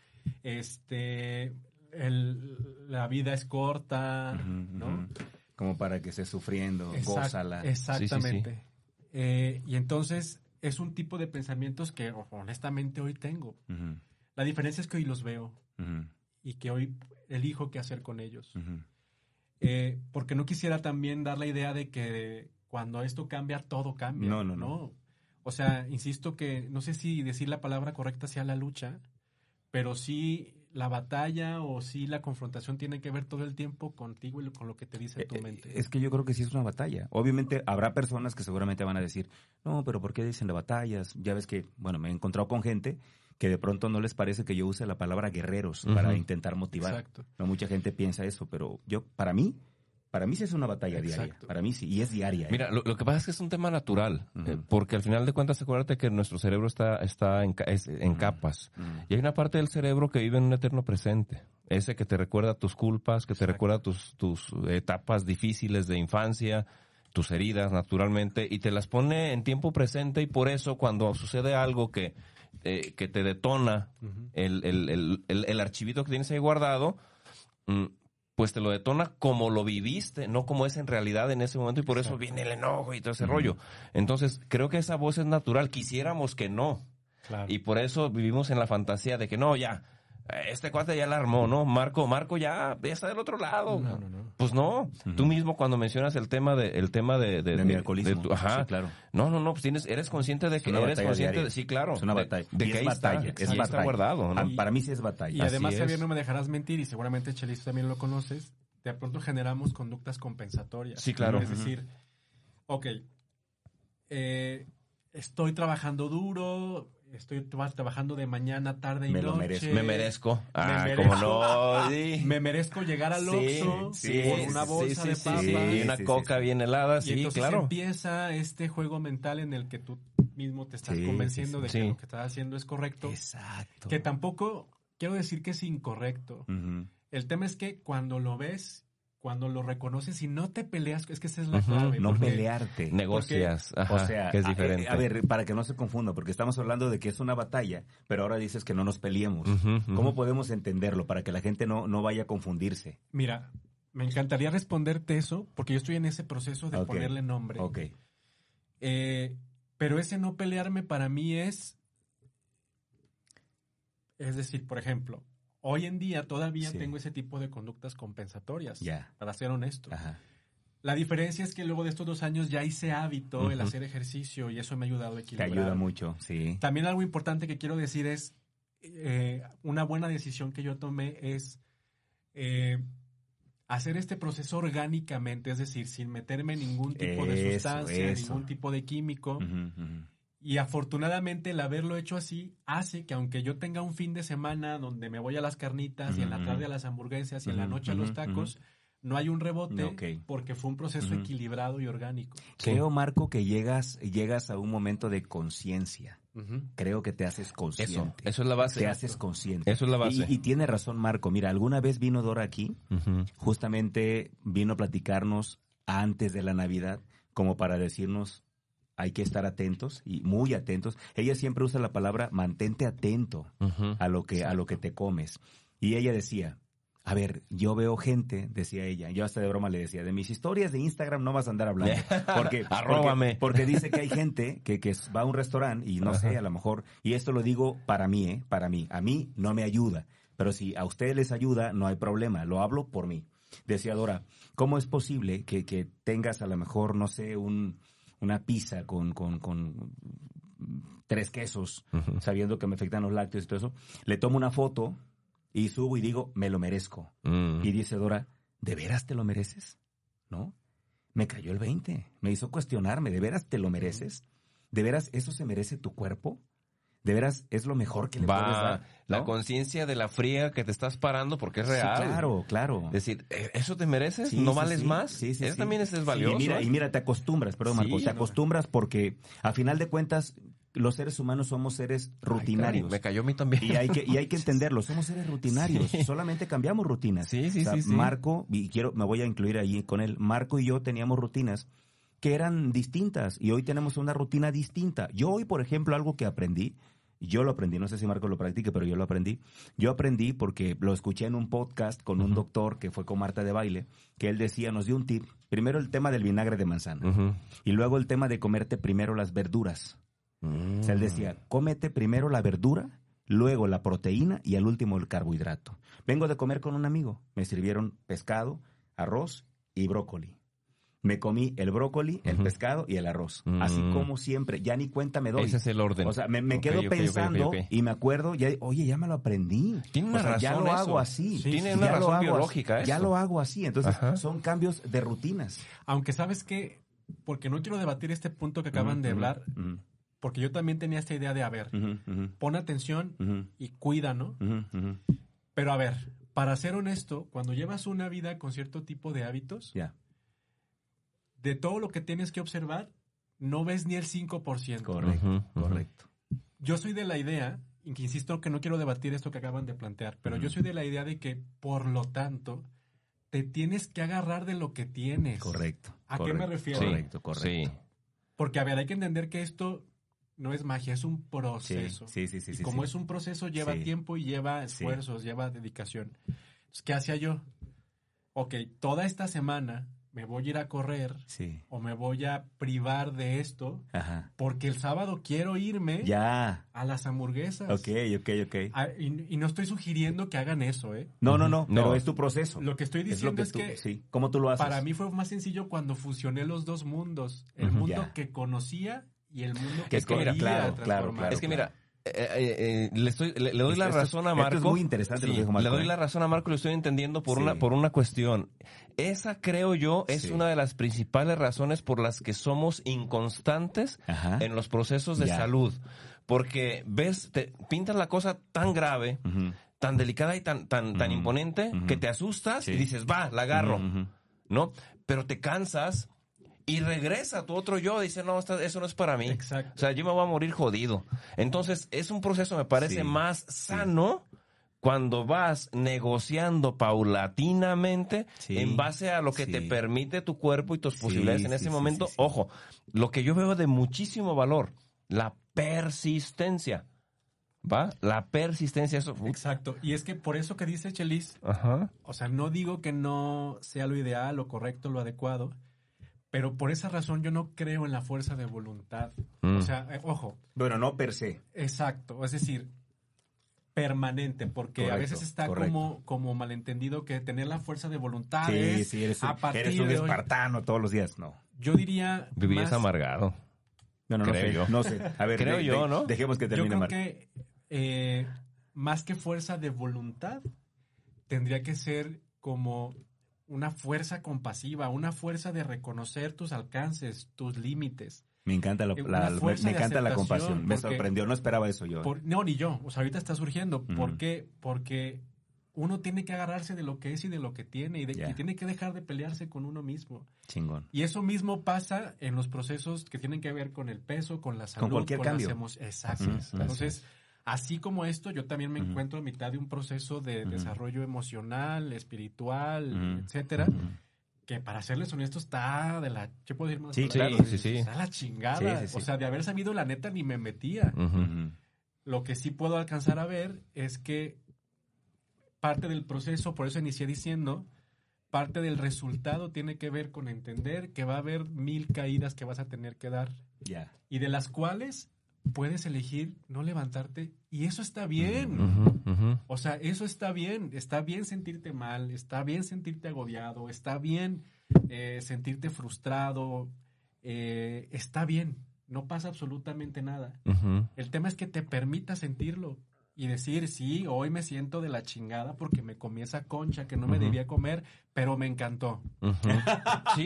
la vida es corta, ¿no? Como para que estés sufriendo, gózala. Exactamente. Sí. Y entonces es un tipo de pensamientos que honestamente hoy tengo. La diferencia es que hoy los veo y que hoy elijo qué hacer con ellos. Porque no quisiera también dar la idea de que cuando esto cambia, todo cambia. No. O sea, insisto que no sé si decir la palabra correcta sea la lucha, pero sí la batalla o sí la confrontación tiene que ver todo el tiempo contigo y con lo que te dice tu mente. Es que yo creo que sí es una batalla. Obviamente habrá personas que seguramente van a decir, no, pero ¿por qué dicen de batallas? Ya ves que, bueno, me he encontrado con gente que de pronto no les parece que yo use la palabra guerreros para intentar motivar. Exacto. No, mucha gente piensa eso, pero para mí sí es una batalla diaria. Para mí sí, y es diaria. Mira, lo que pasa es que es un tema natural, porque al final de cuentas, acuérdate que nuestro cerebro está en capas. Y hay una parte del cerebro que vive en un eterno presente. Ese que te recuerda tus culpas, que te recuerda tus etapas difíciles de infancia, tus heridas, naturalmente, y te las pone en tiempo presente, y por eso cuando sucede algo que te detona el archivito que tienes ahí guardado, pues te lo detona como lo viviste, no como es en realidad en ese momento, y por eso viene el enojo y todo ese rollo. Entonces, creo que esa voz es natural. Quisiéramos que no. Claro. Y por eso vivimos en la fantasía de que no, ya, este cuate ya la armó, ¿no? Marco ya está del otro lado. No. Pues no. Tú mismo cuando mencionas el tema de mi alcoholismo. Ajá. Sí, claro. No, pues eres consciente de que eres consciente diaria. de, sí, claro. Es una batalla. De que es batalla. Está guardado, ¿no? Para mí sí es batalla. Y además, Javier, no me dejarás mentir, y seguramente Chelito también lo conoces, de pronto generamos conductas compensatorias. Sí, claro. Es decir, estoy trabajando duro, estoy trabajando de mañana, tarde y noche. Me merezco. Como no. Sí. Me merezco llegar al Oxxo con una bolsa de papas. Y una coca bien helada, y entonces empieza este juego mental en el que tú mismo te estás convenciendo de que lo que estás haciendo es correcto. Exacto. Que tampoco quiero decir que es incorrecto. El tema es que cuando lo ves cuando lo reconoces y no te peleas, es que esa es la clave. No pelearte. Negocias. O sea, que es diferente. A ver, para que no se confunda, porque estamos hablando de que es una batalla, pero ahora dices que no nos peleemos. ¿Cómo podemos entenderlo para que la gente no vaya a confundirse? Mira, me encantaría responderte eso, porque yo estoy en ese proceso de ponerle nombre. Ok. Pero ese no pelearme para mí es decir, por ejemplo, hoy en día todavía tengo ese tipo de conductas compensatorias, para ser honesto. Ajá. La diferencia es que luego de estos 2 años ya hice hábito el hacer ejercicio y eso me ha ayudado a equilibrar. Te ayuda mucho, sí. También algo importante que quiero decir es, una buena decisión que yo tomé es hacer este proceso orgánicamente, es decir, sin meterme ningún tipo de sustancia, ningún tipo de químico. Y afortunadamente el haberlo hecho así hace que aunque yo tenga un fin de semana donde me voy a las carnitas y en la tarde a las hamburguesas y en la noche a los tacos, no hay un rebote porque fue un proceso equilibrado y orgánico. Creo, Marco, que llegas a un momento de conciencia. Creo que te haces consciente. Eso es la base. Te haces consciente. Eso es la base. Y tiene razón, Marco. Mira, alguna vez vino Dora aquí, justamente vino a platicarnos antes de la Navidad, como para decirnos, hay que estar atentos y muy atentos. Ella siempre usa la palabra mantente atento a lo que te comes. Y ella decía, a ver, yo veo gente, decía ella, yo hasta de broma le decía, de mis historias de Instagram no vas a andar hablando. Porque dice que hay gente que va a un restaurante y no sé, a lo mejor, y esto lo digo para mí, a mí no me ayuda. Pero si a ustedes les ayuda, no hay problema, lo hablo por mí. Decía Dora, ¿cómo es posible que tengas a lo mejor, no sé, una pizza con 3 quesos, sabiendo que me afectan los lácteos y todo eso? Le tomo una foto y subo y digo, me lo merezco. Y dice Dora, ¿de veras te lo mereces? ¿No? Me cayó el 20. Me hizo cuestionarme, ¿de veras te lo mereces? ¿De veras eso se merece tu cuerpo? ¿De veras es lo mejor que le puedes dar? ¿No? La conciencia de la friega que te estás parando porque es real. Sí, claro. Es decir, ¿eso te mereces? ¿No vales más? Sí. Eso también es valioso. Y mira, te acostumbras, Marco, te acostumbras porque a final de cuentas los seres humanos somos seres rutinarios. Me cayó a mí también. Y hay que entenderlo, somos seres rutinarios, solamente cambiamos rutinas. Sí. Marco, me voy a incluir ahí con él, Marco y yo teníamos rutinas que eran distintas y hoy tenemos una rutina distinta. Yo hoy, por ejemplo, algo que aprendí, no sé si Marco lo practique, pero yo lo aprendí. Yo aprendí porque lo escuché en un podcast con un doctor que fue con Marta de Baile, que él decía, nos dio un tip. Primero el tema del vinagre de manzana y luego el tema de comerte primero las verduras. O sea, él decía, cómete primero la verdura, luego la proteína y al último el carbohidrato. Vengo de comer con un amigo, me sirvieron pescado, arroz y brócoli. Me comí el brócoli, el pescado y el arroz. Así como siempre. Ya ni cuenta me doy. Ese es el orden. O sea, me quedo pensando y me acuerdo, ya me lo aprendí. Tiene una razón ya lo hago así. Tiene una razón biológica. Ya lo hago así. Entonces, son cambios de rutinas. Aunque sabes que, porque no quiero debatir este punto que acaban de hablar, porque yo también tenía esta idea de, a ver, pon atención y cuida, ¿no? Pero a ver, para ser honesto, cuando llevas una vida con cierto tipo de hábitos, de todo lo que tienes que observar, no ves ni el 5%. Correcto. Yo soy de la idea, y que insisto que no quiero debatir esto que acaban de plantear, pero yo soy de la idea de que, por lo tanto, te tienes que agarrar de lo que tienes. Correcto. ¿A qué me refiero? Correcto. Sí. Porque, a ver, hay que entender que esto no es magia, es un proceso. Sí. Y como es un proceso, lleva tiempo y lleva esfuerzos, lleva dedicación. Entonces, ¿qué hacía yo? Ok, toda esta semana me voy a ir a correr o me voy a privar de esto porque el sábado quiero irme a las hamburguesas. Ok. Y no estoy sugiriendo que hagan eso, ¿eh? No, pero es tu proceso. Lo que estoy diciendo es que ¿cómo tú lo haces? Para mí fue más sencillo cuando fusioné los dos mundos. El mundo que conocía y el mundo que quería transformar. Claro. Es que mira, le doy la razón a Marco. Esto es muy interesante lo que dijo Marco. Le doy la razón a Marco y lo estoy entendiendo por una cuestión. Esa, creo yo, es una de las principales razones por las que somos inconstantes en los procesos de salud. Porque te pintas la cosa tan grave, tan delicada y tan imponente, que te asustas y dices, va, la agarro. ¿No? Pero te cansas y regresa tu otro yo, dice, no, eso no es para mí. Exacto. O sea, yo me voy a morir jodido. Entonces, es un proceso, me parece, más sano, cuando vas negociando paulatinamente en base a lo que te permite tu cuerpo y tus posibilidades en ese momento. Ojo, lo que yo veo de muchísimo valor, la persistencia. ¿Va? La persistencia. Eso. Exacto. Y es que por eso que dice Chelis, o sea, no digo que no sea lo ideal, lo correcto, lo adecuado, pero por esa razón yo no creo en la fuerza de voluntad. O sea, ojo. Bueno, no per se. Exacto. Es decir, permanente, porque a veces está como malentendido que tener la fuerza de voluntad es eres un espartano todos los días, no. Yo diría vivías amargado. No sé, yo. No sé. A ver, creo yo, ¿no? Dejemos que termine. Yo creo que más que fuerza de voluntad, tendría que ser como una fuerza compasiva, una fuerza de reconocer tus alcances, tus límites. Me encanta la compasión. Me sorprendió, no esperaba eso yo. No, ni yo. O sea, ahorita está surgiendo. ¿Por qué? Porque uno tiene que agarrarse de lo que es y de lo que tiene y tiene que dejar de pelearse con uno mismo. Chingón. Y eso mismo pasa en los procesos que tienen que ver con el peso, con la salud, con cualquier cambio. Las emociones. Exacto. Entonces, así como esto, yo también me encuentro a mitad de un proceso de desarrollo emocional, espiritual, etcétera. Que para serles honestos está de la... ¿Qué puedo decir más? Sí. Está la chingada. O sea, de haber sabido la neta ni me metía. Lo que sí puedo alcanzar a ver es que parte del proceso, por eso inicié diciendo, parte del resultado tiene que ver con entender que va a haber 1000 caídas que vas a tener que dar. Y de las cuales puedes elegir no levantarte. Y eso está bien. O sea, eso está bien. Está bien sentirte mal, está bien sentirte agobiado, está bien sentirte frustrado. Está bien. No pasa absolutamente nada. El tema es que te permita sentirlo y decir, sí, hoy me siento de la chingada porque me comí esa concha que no me debía comer, pero me encantó. Sí.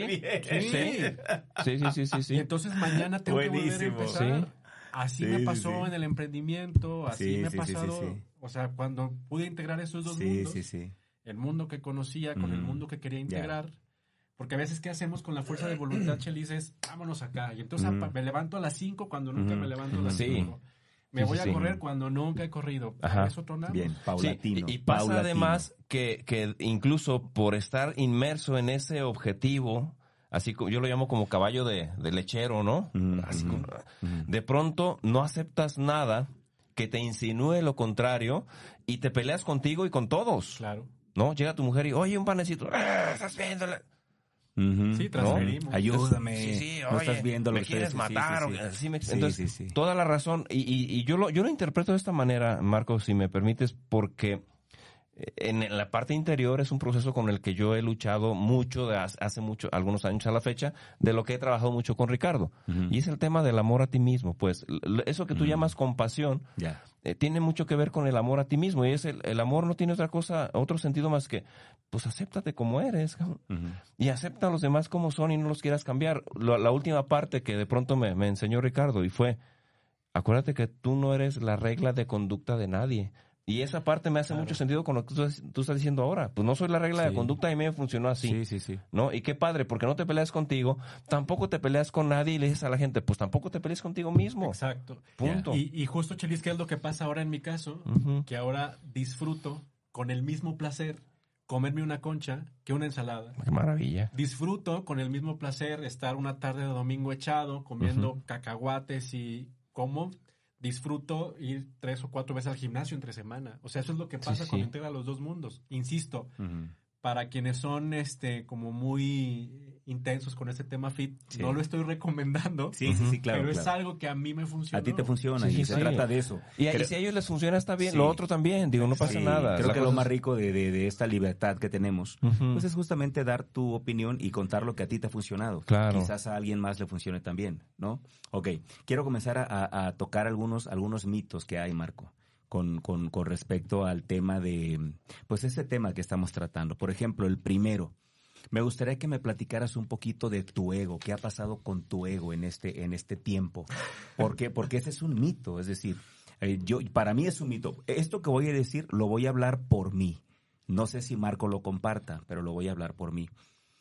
Y entonces mañana tengo que volver a empezar. Sí. Así me pasó en el emprendimiento, así me ha pasado. O sea, cuando pude integrar esos dos mundos, el mundo que conocía con el mundo que quería integrar. Porque a veces, ¿qué hacemos con la fuerza de voluntad, Chelis? Es, vámonos acá. Y entonces me levanto a las 5 cuando nunca me levanto a las 5. Me voy a correr cuando nunca he corrido. Eso tronamos. Bien, paulatino. Y pasa además que incluso por estar inmerso en ese objetivo, así como yo lo llamo como caballo de lechero, ¿no? Así como, de pronto no aceptas nada que te insinúe lo contrario y te peleas contigo y con todos. Claro. ¿No? Llega tu mujer y, oye, un panecito. ¿Estás viéndola? Sí, transferimos. ¿No? Ayúdame. Oye, no estás viendo lo me quieres matar. Entonces, sí. Toda la razón. Y yo lo interpreto de esta manera, Marco, si me permites, porque en la parte interior es un proceso con el que yo he luchado mucho, algunos años a la fecha, de lo que he trabajado mucho con Ricardo. Y es el tema del amor a ti mismo. Pues eso que tú llamas compasión, tiene mucho que ver con el amor a ti mismo. Y es el amor no tiene otro sentido más que, pues acéptate como eres, y acepta a los demás como son y no los quieras cambiar. La última parte que de pronto me enseñó Ricardo y fue, acuérdate que tú no eres la regla de conducta de nadie. Y esa parte me hace mucho sentido con lo que tú estás diciendo ahora. Pues no soy la regla de conducta y a mí me funcionó así. Sí. ¿No? Y qué padre, porque no te peleas contigo, tampoco te peleas con nadie y le dices a la gente, pues tampoco te pelees contigo mismo. Exacto. Punto. Y justo, Chelis, ¿qué es lo que pasa ahora en mi caso? Que ahora disfruto con el mismo placer comerme una concha que una ensalada. Qué maravilla. Disfruto con el mismo placer estar una tarde de domingo echado comiendo cacahuates y como... Disfruto ir 3 o 4 veces al gimnasio entre semana. O sea, eso es lo que pasa cuando integra los dos mundos. Insisto, para quienes son como muy intensos con este tema fit, no lo estoy recomendando. Sí, claro. Pero es algo que a mí me funciona. A ti te funciona y se trata de eso. Y si a ellos les funciona está bien, lo otro también, digo, no pasa nada. Creo que lo más rico de esta libertad que tenemos, pues es justamente dar tu opinión y contar lo que a ti te ha funcionado. Claro. Quizás a alguien más le funcione también, ¿no? Ok, quiero comenzar a tocar algunos mitos que hay, Marco. Con respecto al tema de, pues ese tema que estamos tratando. Por ejemplo, el primero, me gustaría que me platicaras un poquito de tu ego, qué ha pasado con tu ego en este tiempo. Porque ese es un mito, es decir, para mí es un mito. Esto que voy a decir lo voy a hablar por mí. No sé si Marco lo comparta, pero lo voy a hablar por mí.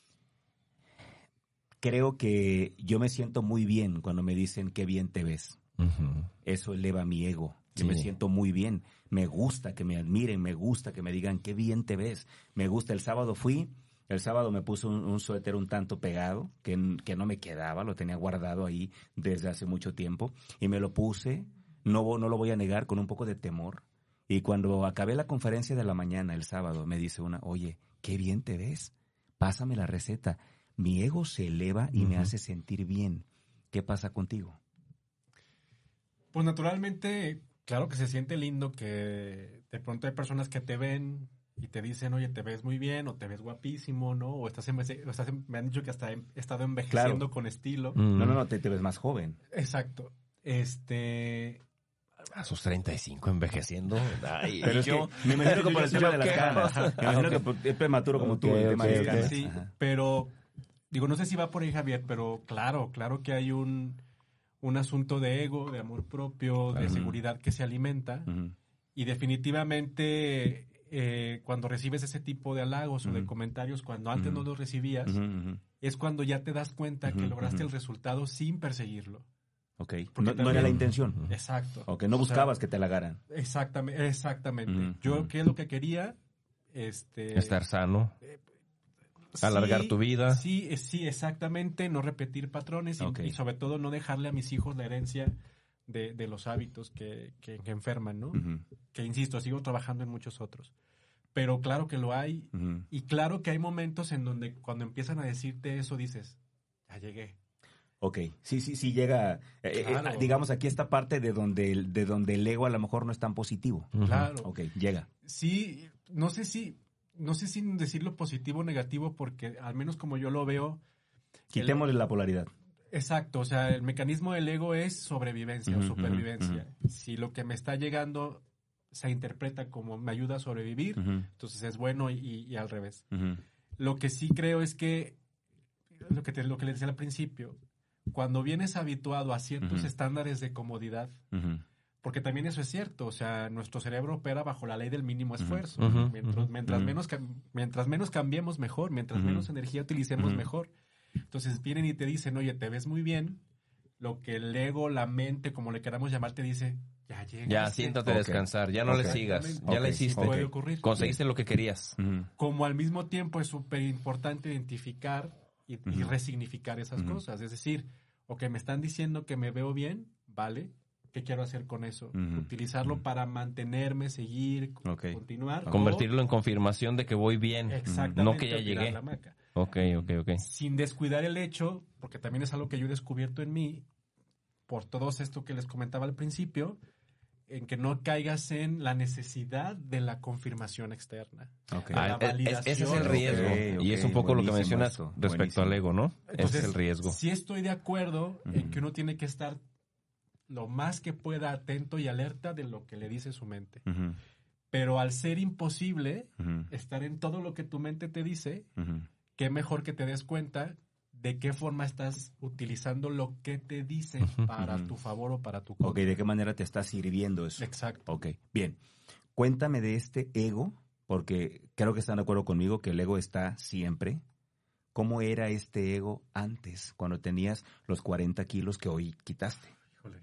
Creo que yo me siento muy bien cuando me dicen qué bien te ves. Eso eleva mi ego. Yo me siento muy bien. Me gusta que me admiren, me gusta que me digan qué bien te ves. Me gusta. El sábado me puse un suéter un tanto pegado, que no me quedaba, lo tenía guardado ahí desde hace mucho tiempo. Y me lo puse, no lo voy a negar, con un poco de temor. Y cuando acabé la conferencia de la mañana, el sábado, me dice oye, qué bien te ves. Pásame la receta. Mi ego se eleva y me hace sentir bien. ¿Qué pasa contigo? Pues naturalmente, claro que se siente lindo que de pronto hay personas que te ven y te dicen, oye, te ves muy bien o te ves guapísimo, ¿no? O me han dicho que hasta he estado envejeciendo con estilo. No, te ves más joven. Exacto. A sus 35 envejeciendo. Ay, pero es que me imagino que por el tema de las canas. Me imagino que es prematuro como tú, el tema de las canas. Sí, pero digo, no sé si va por ahí, Javier, pero claro que hay un asunto de ego, de amor propio, de seguridad que se alimenta. Y definitivamente cuando recibes ese tipo de halagos o de comentarios, cuando antes no los recibías, es cuando ya te das cuenta que lograste el resultado sin perseguirlo. Ok, no era la intención. Exacto. Ok, no buscabas que te halagaran. Exactamente. Yo, ¿qué es lo que quería? Estar sano. Alargar tu vida. Sí, exactamente. No repetir patrones y sobre todo no dejarle a mis hijos la herencia de los hábitos que enferman, ¿no? Que, insisto, sigo trabajando en muchos otros. Pero claro que lo hay. Y claro que hay momentos en donde cuando empiezan a decirte eso dices, ya llegué. Ok, sí llega, claro. Digamos aquí esta parte de donde el ego a lo mejor no es tan positivo. Claro. Ok, llega. Sí, no sé si decirlo positivo o negativo, porque al menos como yo lo veo... Quitémosle la polaridad. Exacto, o sea, el mecanismo del ego es sobrevivencia o supervivencia. Si lo que me está llegando se interpreta como me ayuda a sobrevivir, entonces es bueno y al revés. Lo que sí creo es que, lo que le decía al principio, cuando vienes habituado a ciertos estándares de comodidad, porque también eso es cierto, o sea, nuestro cerebro opera bajo la ley del mínimo esfuerzo. Mientras menos cambiemos, mejor. Mientras menos energía utilicemos, mejor. Entonces vienen y te dicen, oye, te ves muy bien. Lo que el ego, la mente, como le queramos llamar, te dice, ya llegaste. Ya, siéntate a descansar, ya no le sigas. Ya la hiciste. Puede ocurrir. Conseguiste lo que querías. Como al mismo tiempo es súper importante identificar y resignificar esas cosas. Es decir, me están diciendo que me veo bien, ¿vale? ¿Qué quiero hacer con eso? Utilizarlo para mantenerme, seguir, continuar. Convertirlo en confirmación de que voy bien. Exactamente. No que ya llegué. La hamaca. Ok. Sin descuidar el hecho, porque también es algo que yo he descubierto en mí, por todo esto que les comentaba al principio, en que no caigas en la necesidad de la confirmación externa. La validación. Ese es el riesgo. Y es un poco lo que mencionas respecto al ego, ¿no? Entonces, ese es el riesgo. Sí estoy de acuerdo en que uno tiene que estar lo más que pueda atento y alerta de lo que le dice su mente. Pero al ser imposible estar en todo lo que tu mente te dice, qué mejor que te des cuenta de qué forma estás utilizando lo que te dicen para tu favor o para tu contra. Ok, ¿de qué manera te está sirviendo eso? Exacto. Ok, bien. Cuéntame de este ego, porque creo que están de acuerdo conmigo que el ego está siempre. ¿Cómo era este ego antes, cuando tenías los 40 kilos que hoy quitaste? Híjole.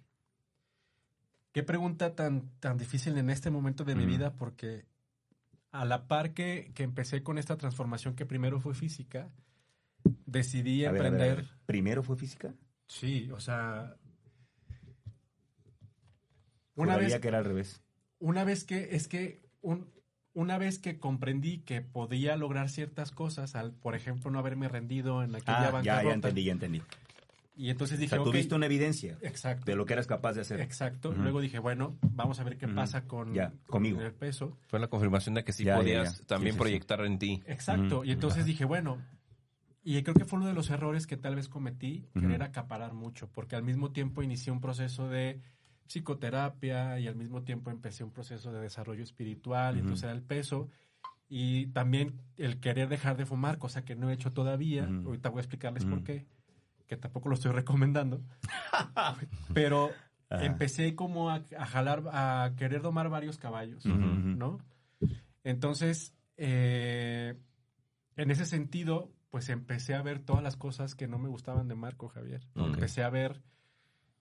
Qué pregunta tan difícil en este momento de mi vida, porque a la par que empecé con esta transformación que primero fue física, decidí emprender. A ver. ¿Primero fue física? Sí, o sea... Una vez que era al revés. Una vez que comprendí que podía lograr ciertas cosas, al, por ejemplo, no haberme rendido en aquella bancarrota. Ya entendí. Y entonces dije, tuviste una evidencia de lo que eras capaz de hacer. Exacto. Luego dije, bueno, vamos a ver qué pasa conmigo. El peso. Fue la confirmación de que sí podías también proyectar en ti. Exacto. Y entonces dije, bueno, y creo que fue uno de los errores que tal vez cometí, querer acaparar mucho, porque al mismo tiempo inicié un proceso de psicoterapia y al mismo tiempo empecé un proceso de desarrollo espiritual, y entonces era el peso. Y también el querer dejar de fumar, cosa que no he hecho todavía. Ahorita voy a explicarles por qué, que tampoco lo estoy recomendando. Pero empecé como a jalar, a querer domar varios caballos, ¿no? Entonces, en ese sentido, pues empecé a ver todas las cosas que no me gustaban de Marco, Javier. Empecé a ver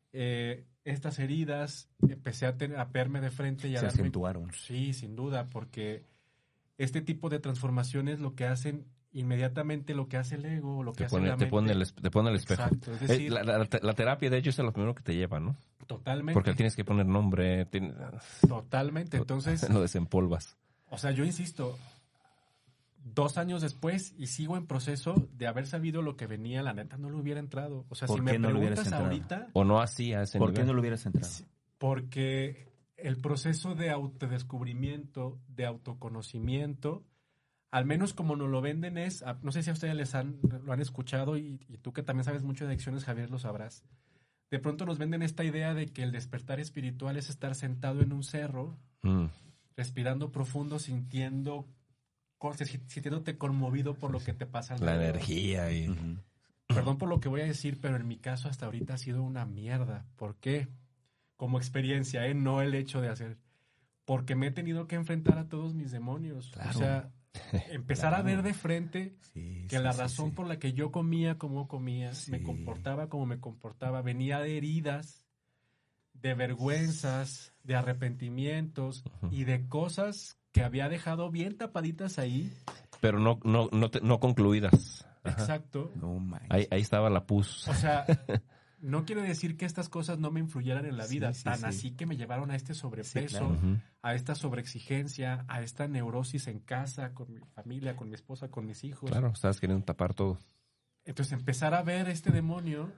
estas heridas, empecé a verme de frente y a darme... Se acentuaron. Sí, sin duda, porque este tipo de transformaciones lo que hacen inmediatamente, lo que hace el ego, lo que hace la mente... Te pone el espejo. Exacto, es decir... La terapia, de hecho, es lo primero que te lleva, ¿no? Totalmente. Porque tienes que poner nombre. Totalmente, entonces... Lo desempolvas. O sea, yo insisto, 2 años después y sigo en proceso de haber sabido lo que venía, la neta no lo hubiera entrado. O sea, si me preguntas ahorita... O no así a ese nivel. ¿Por qué no lo hubieras entrado? Porque el proceso de autodescubrimiento, de autoconocimiento, al menos como nos lo venden es, no sé si a ustedes lo han escuchado y tú que también sabes mucho de adicciones, Javier, lo sabrás. De pronto nos venden esta idea de que el despertar espiritual es estar sentado en un cerro, respirando profundo, sintiéndote conmovido por lo que te pasa alrededor. La energía y... Perdón por lo que voy a decir, pero en mi caso hasta ahorita ha sido una mierda. ¿Por qué? Como experiencia, no el hecho de hacer. Porque me he tenido que enfrentar a todos mis demonios. Claro. O sea, empezar a ver de frente que la razón por la que yo comía como comía, me comportaba como me comportaba, venía de heridas, de vergüenzas, de arrepentimientos y de cosas que había dejado bien tapaditas ahí. Pero no concluidas. Exacto. No, ahí estaba la pus. O sea, no quiero decir que estas cosas no me influyeran en la vida, así que me llevaron a este sobrepeso, a esta sobreexigencia, a esta neurosis en casa, con mi familia, con mi esposa, con mis hijos. Claro, estabas queriendo tapar todo. Entonces empezar a ver este demonio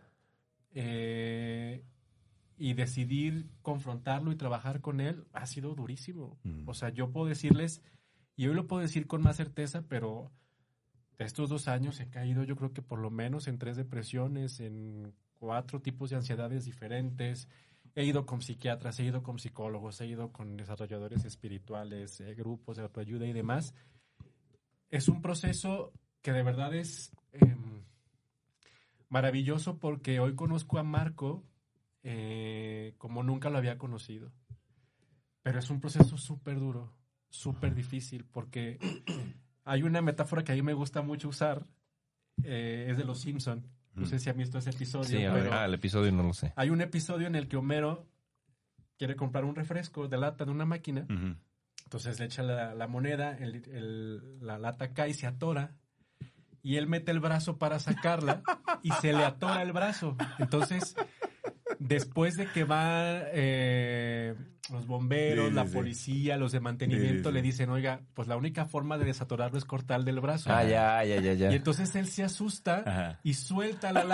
y decidir confrontarlo y trabajar con él ha sido durísimo. O sea, yo puedo decirles, y hoy lo puedo decir con más certeza, pero de estos 2 años he caído yo creo que por lo menos en 3 depresiones, en 4 tipos de ansiedades diferentes. He ido con psiquiatras, he ido con psicólogos, he ido con desarrolladores espirituales, grupos de autoayuda y demás. Es un proceso que de verdad es maravilloso porque hoy conozco a Marco como nunca lo había conocido. Pero es un proceso súper duro, súper difícil, porque hay una metáfora que a mí me gusta mucho usar, es de Los Simpson. No sé si han visto ese episodio. Sí, pero el episodio no lo sé. Hay un episodio en el que Homero quiere comprar un refresco de lata de una máquina. Entonces le echa la moneda, la lata cae y se atora. Y él mete el brazo para sacarla y se le atora el brazo. Entonces, después de que van los bomberos, la policía, los de mantenimiento, le dicen, oiga, pues la única forma de desatorarlo es cortarle el brazo. Ya. Y entonces él se asusta y suelta la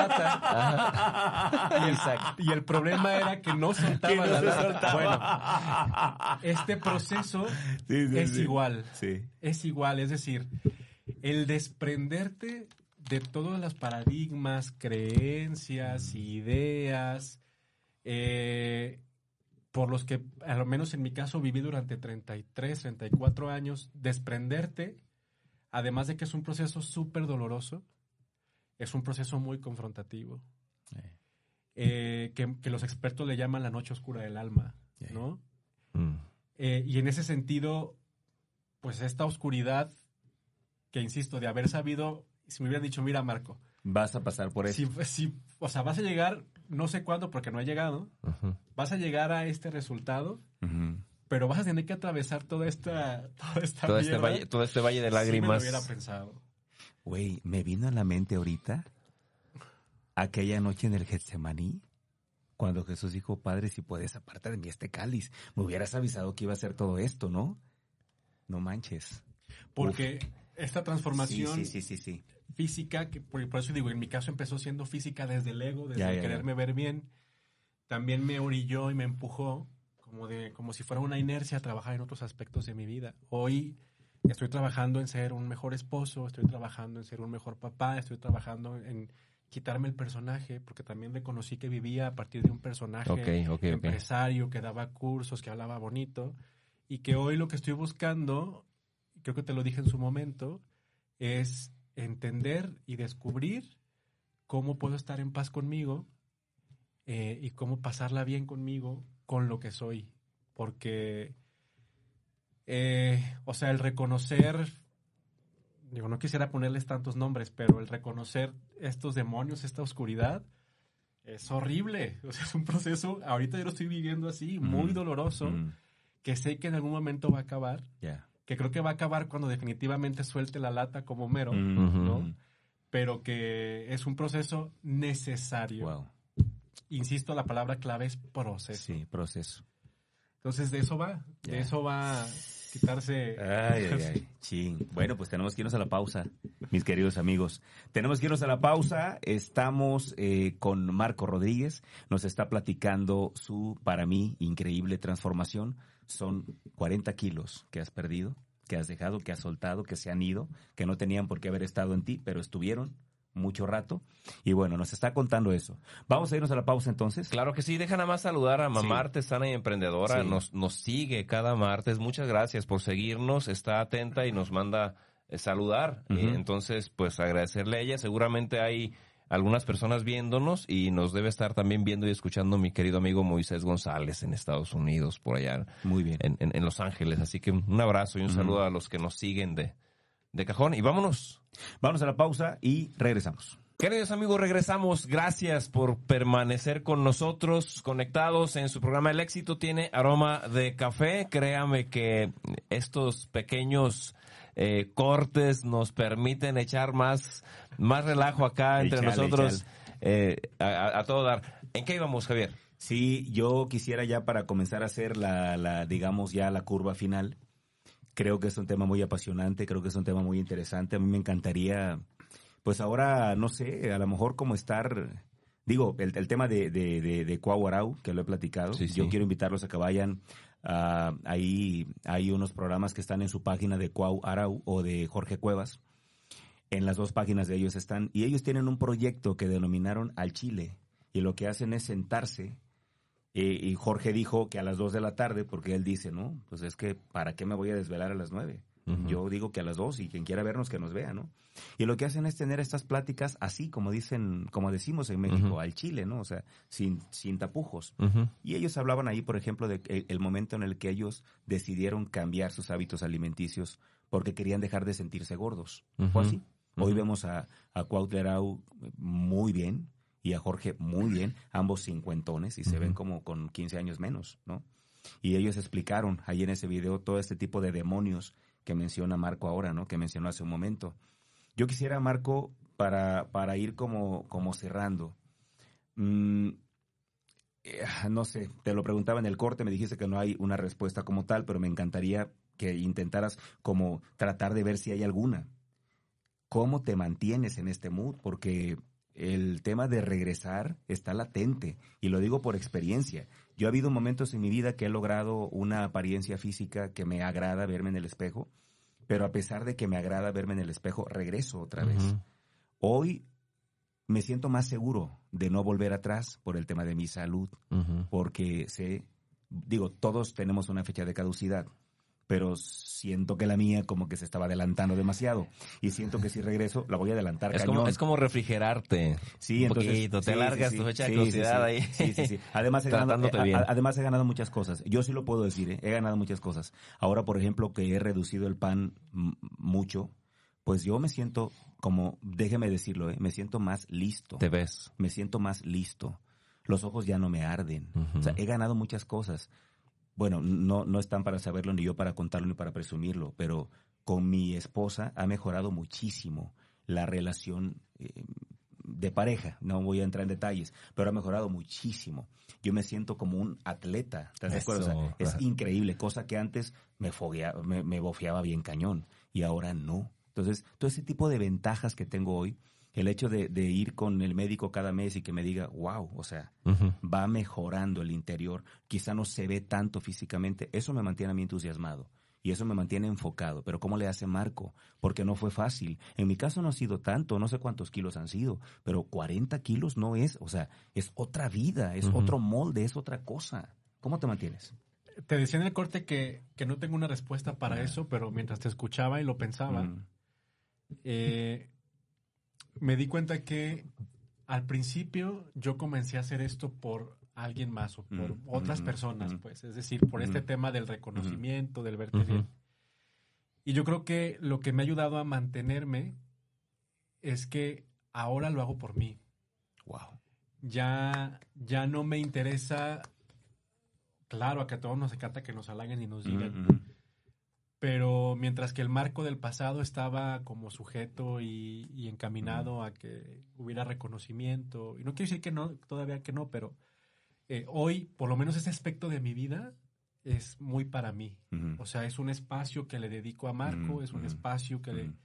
lata. Y el problema era que no soltaba la lata. Bueno, este proceso es igual. Es igual, es decir, el desprenderte de todos los paradigmas, creencias, ideas, por los que, a lo menos en mi caso, viví durante 33, 34 años, desprenderte, además de que es un proceso súper doloroso, es un proceso muy confrontativo, que los expertos le llaman la noche oscura del alma, ¿no? Y en ese sentido, pues esta oscuridad, que insisto, de haber sabido, si me hubieran dicho, mira, Marco, vas a pasar por eso. O sea, vas a llegar, no sé cuándo, porque no he llegado, vas a llegar a este resultado, pero vas a tener que atravesar todo este valle de lágrimas. Sí me lo hubiera pensado. Güey, me vino a la mente ahorita aquella noche en el Getsemaní, cuando Jesús dijo, Padre, si puedes, aparta de mí este cáliz. Me hubieras avisado que iba a hacer todo esto, ¿no? No manches. Porque esta transformación sí. física, que por eso digo, en mi caso empezó siendo física desde el ego, desde el quererme ver bien, también me orilló y me empujó como si fuera una inercia a trabajar en otros aspectos de mi vida. Hoy estoy trabajando en ser un mejor esposo, estoy trabajando en ser un mejor papá, estoy trabajando en quitarme el personaje, porque también reconocí que vivía a partir de un personaje empresario, que daba cursos, que hablaba bonito, y que hoy lo que estoy buscando, creo que te lo dije en su momento, es entender y descubrir cómo puedo estar en paz conmigo y cómo pasarla bien conmigo con lo que soy. Porque, o sea, el reconocer, no quisiera ponerles tantos nombres, pero el reconocer estos demonios, esta oscuridad, Es horrible. O sea, es un proceso, ahorita yo lo estoy viviendo así, muy doloroso, que sé que en algún momento va a acabar. Que creo que va a acabar cuando definitivamente suelte la lata como Homero, ¿no? Pero que es un proceso necesario. Wow. Insisto, la palabra clave es proceso. Sí, proceso. Entonces, de eso va. De eso va quitarse... Ay. Ching. Bueno, pues tenemos que irnos a la pausa, mis queridos amigos. Tenemos que irnos a la pausa. Estamos con Marco Rodríguez. Nos está platicando su, para mí, increíble transformación. Son 40 kilos que has perdido, que has dejado, que has soltado, que se han ido, que no tenían por qué haber estado en ti, pero estuvieron mucho rato. Y bueno, nos está contando eso. Vamos a irnos a la pausa entonces. Claro que sí. Deja nada más saludar a Mamá Artesana y Emprendedora. Sí. Nos sigue cada martes. Muchas gracias por seguirnos. Está atenta y nos manda saludar. Entonces, pues agradecerle a ella. Seguramente hay algunas personas viéndonos y nos debe estar también viendo y escuchando mi querido amigo Moisés González en Estados Unidos, por allá. Muy bien. En Los Ángeles. Así que un abrazo y un saludo a los que nos siguen de cajón. Y vámonos. Vamos a la pausa y regresamos. Queridos amigos, regresamos. Gracias por permanecer con nosotros, conectados en su programa. El éxito tiene aroma de café. Créame que estos pequeños cortes nos permiten echar más relajo acá entre nosotros. A todo dar. ¿En qué íbamos, Javier? Sí, yo quisiera ya para comenzar a hacer digamos ya la curva final. Creo que es un tema muy apasionante, creo que es un tema muy interesante. A mí me encantaría, pues ahora, no sé, a lo mejor como estar, digo, el tema de Cuau Arau, que lo he platicado. Sí. Yo quiero invitarlos a que vayan. Ahí hay unos programas que están en su página de Cuau Arau o de Jorge Cuevas. En las dos páginas de ellos están. Y ellos tienen un proyecto que denominaron Al Chile. Y lo que hacen es sentarse. Y Jorge dijo que a las 2 de la tarde, porque él dice, ¿no? Pues es que, ¿para qué me voy a desvelar a las 9? Yo digo que a las 2 y quien quiera vernos que nos vea, ¿no? Y lo que hacen es tener estas pláticas así, como decimos en México, al chile, ¿no? O sea, sin tapujos. Y ellos hablaban ahí, por ejemplo, de el momento en el que ellos decidieron cambiar sus hábitos alimenticios porque querían dejar de sentirse gordos. Fue así. Hoy vemos a Cuautla Arau muy bien y a Jorge muy bien, ambos cincuentones y se ven como con 15 años menos, ¿no? Y ellos explicaron ahí en ese video todo este tipo de demonios que menciona Marco ahora, ¿no? Que mencionó hace un momento. Yo quisiera, Marco, para ir como cerrando, no sé, te lo preguntaba en el corte, me dijiste que no hay una respuesta como tal, pero me encantaría que intentaras como tratar de ver si hay alguna. ¿Cómo te mantienes en este mood? Porque el tema de regresar está latente, y lo digo por experiencia. Yo ha habido momentos en mi vida que he logrado una apariencia física que me agrada verme en el espejo, pero a pesar de que me agrada verme en el espejo, regreso otra vez. Hoy me siento más seguro de no volver atrás por el tema de mi salud, porque todos tenemos una fecha de caducidad, pero siento que la mía como que se estaba adelantando demasiado. Y siento que si regreso, la voy a adelantar cañón. Es como refrigerarte. Sí, entonces, poquito, te largas tu fecha de caducidad ahí. Sí. Además he ganado muchas cosas. Yo sí lo puedo decir, he ganado muchas cosas. Ahora, por ejemplo, que he reducido el pan mucho, pues yo me siento como, déjeme decirlo, me siento más listo. ¿Te ves? Me siento más listo. Los ojos ya no me arden. O sea, he ganado muchas cosas. Bueno, no están para saberlo, ni yo para contarlo, ni para presumirlo, pero con mi esposa ha mejorado muchísimo la relación de pareja. No voy a entrar en detalles, pero ha mejorado muchísimo. Yo me siento como un atleta, ¿estás de acuerdo? O sea, es increíble, cosa que antes me bofeaba bien cañón, y ahora no. Entonces, todo ese tipo de ventajas que tengo hoy, el hecho de ir con el médico cada mes y que me diga, wow, o sea, va mejorando el interior, quizá no se ve tanto físicamente, eso me mantiene a mí entusiasmado y eso me mantiene enfocado. Pero ¿cómo le hace Marco? Porque no fue fácil. En mi caso no ha sido tanto, no sé cuántos kilos han sido, pero 40 kilos no es, o sea, es otra vida, es otro molde, es otra cosa. ¿Cómo te mantienes? Te decía en el corte que no tengo una respuesta para eso, pero mientras te escuchaba y lo pensaba, me di cuenta que al principio yo comencé a hacer esto por alguien más o por otras personas, pues. Es decir, por este tema del reconocimiento, del verte bien. Y yo creo que lo que me ha ayudado a mantenerme es que ahora lo hago por mí. Wow. ya no me interesa. Claro, a que a todos nos encanta que nos halaguen y nos digan. Pero mientras que el marco del pasado estaba como sujeto y encaminado a que hubiera reconocimiento, y no quiero decir que no, todavía que no, pero hoy, por lo menos ese aspecto de mi vida es muy para mí. O sea, es un espacio que le dedico a Marco, es un espacio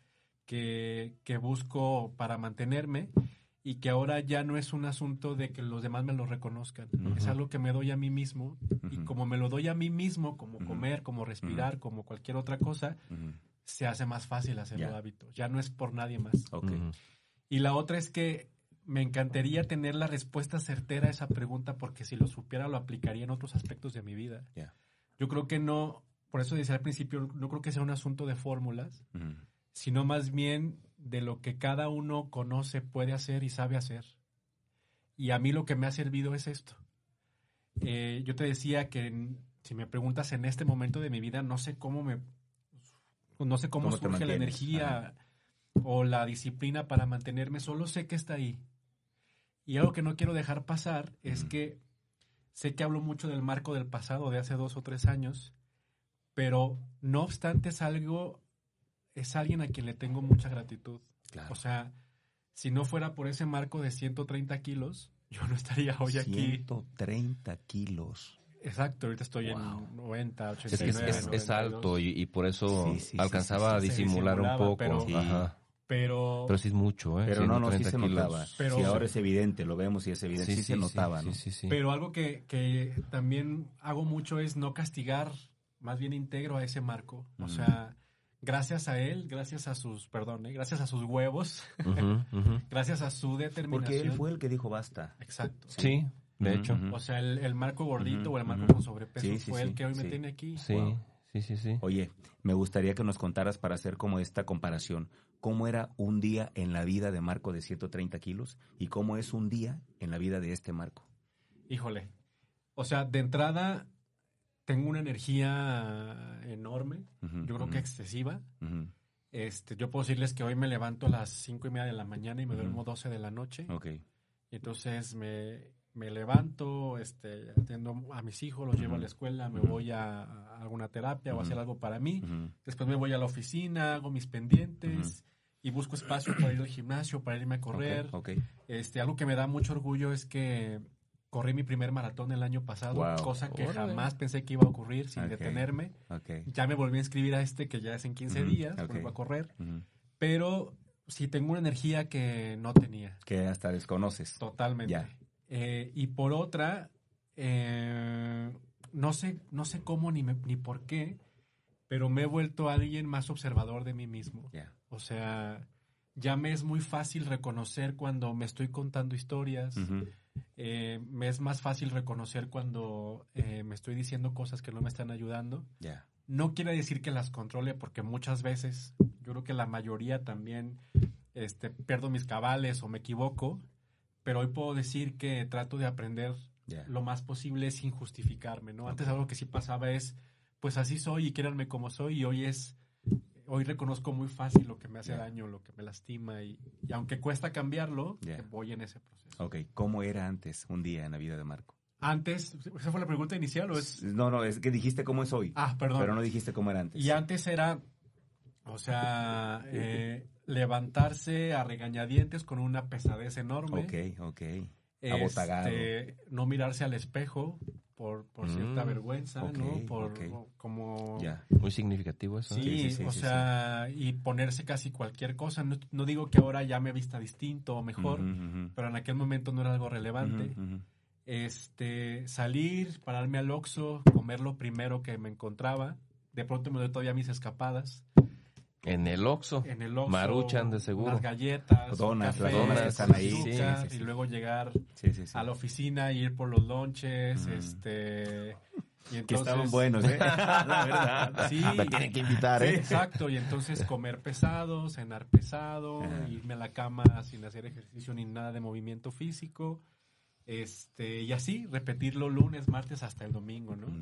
que busco para mantenerme, y que ahora ya no es un asunto de que los demás me lo reconozcan. Es algo que me doy a mí mismo, y como me lo doy a mí mismo, como comer, como respirar, como cualquier otra cosa, se hace más fácil hacerlo hábito. Ya no es por nadie más. Y la otra es que me encantaría tener la respuesta certera a esa pregunta, porque si lo supiera lo aplicaría en otros aspectos de mi vida. Yo creo que no, por eso decía al principio, no creo que sea un asunto de fórmulas, sino más bien de lo que cada uno conoce, puede hacer y sabe hacer. Y a mí lo que me ha servido es esto. Yo te decía que si me preguntas en este momento de mi vida, no sé cómo surge la energía o la disciplina para mantenerme, solo sé que está ahí. Y algo que no quiero dejar pasar es que sé que hablo mucho del marco del pasado de hace 2 o 3 años, pero no obstante es alguien a quien le tengo mucha gratitud. Claro. O sea, si no fuera por ese marco de 130 kilos, yo no estaría hoy aquí. 130 kilos. Exacto, ahorita estoy en 90, 89. Es alto y por eso alcanzaba a disimular un poco. Pero sí es mucho, ¿eh? Pero no, sí se notaba. Pero sí, ahora es evidente, lo vemos y es evidente. Sí se notaba, ¿no? Sí. Pero algo que también hago mucho es no castigar, más bien integro a ese marco. O sea, gracias a él, gracias a sus huevos, gracias a su determinación. Porque él fue el que dijo basta. Exacto. Sí, de hecho. O sea, el marco gordito o el marco con sobrepeso fue el que hoy me tiene aquí. Sí. Wow. Sí. Oye, me gustaría que nos contaras, para hacer como esta comparación, cómo era un día en la vida de Marco de 130 kilos y cómo es un día en la vida de este Marco. Híjole, o sea, de entrada tengo una energía enorme, yo creo que excesiva. Yo puedo decirles que hoy me levanto a las 5:30 de la mañana y me duermo 12 de la noche. Y entonces me levanto, atiendo a mis hijos, los llevo a la escuela, me voy a alguna terapia o a hacer algo para mí. Después me voy a la oficina, hago mis pendientes y busco espacio para ir al gimnasio, para irme a correr. Algo que me da mucho orgullo es que corrí mi primer maratón el año pasado, cosa que jamás pensé que iba a ocurrir sin detenerme. Ya me volví a inscribir a que ya es en 15 días, vuelvo a correr. Pero sí tengo una energía que no tenía. Que hasta desconoces. Totalmente. Ya. Y por otra, no sé cómo ni por qué, pero me he vuelto alguien más observador de mí mismo. O sea, ya me es muy fácil reconocer cuando me estoy contando historias. Me es más fácil reconocer cuando me estoy diciendo cosas que no me están ayudando. No quiere decir que las controle, porque muchas veces, yo creo que la mayoría también pierdo mis cabales o me equivoco. Pero hoy puedo decir que trato de aprender lo más posible sin justificarme, ¿no? Antes algo que sí pasaba es, pues así soy y quiéranme como soy, y hoy reconozco muy fácil lo que me hace daño, lo que me lastima, y aunque cuesta cambiarlo, voy en ese proceso. ¿Cómo era antes un día en la vida de Marco? Antes, ¿esa fue la pregunta inicial o es...? No, es que dijiste cómo es hoy. Perdón. Pero no dijiste cómo era antes. Y antes era, o sea, levantarse a regañadientes con una pesadez enorme. Abotagado. No mirarse al espejo por cierta vergüenza, ¿no? Como... Muy significativo eso. Sí, sea, y ponerse casi cualquier cosa. No digo que ahora ya me vista distinto o mejor, pero en aquel momento no era algo relevante. Salir, pararme al Oxxo, comer lo primero que me encontraba. De pronto me doy todavía mis escapadas. En el Oxxo. Maruchan, de seguro. Las galletas, las donas que están ahí. Y luego llegar a la oficina y ir por los lonches, y entonces, que estaban buenos, la verdad. Sí. Me tienen que invitar, Exacto, y entonces comer pesado, cenar pesado, irme a la cama sin hacer ejercicio ni nada de movimiento físico, y así repetirlo lunes, martes hasta el domingo, ¿no?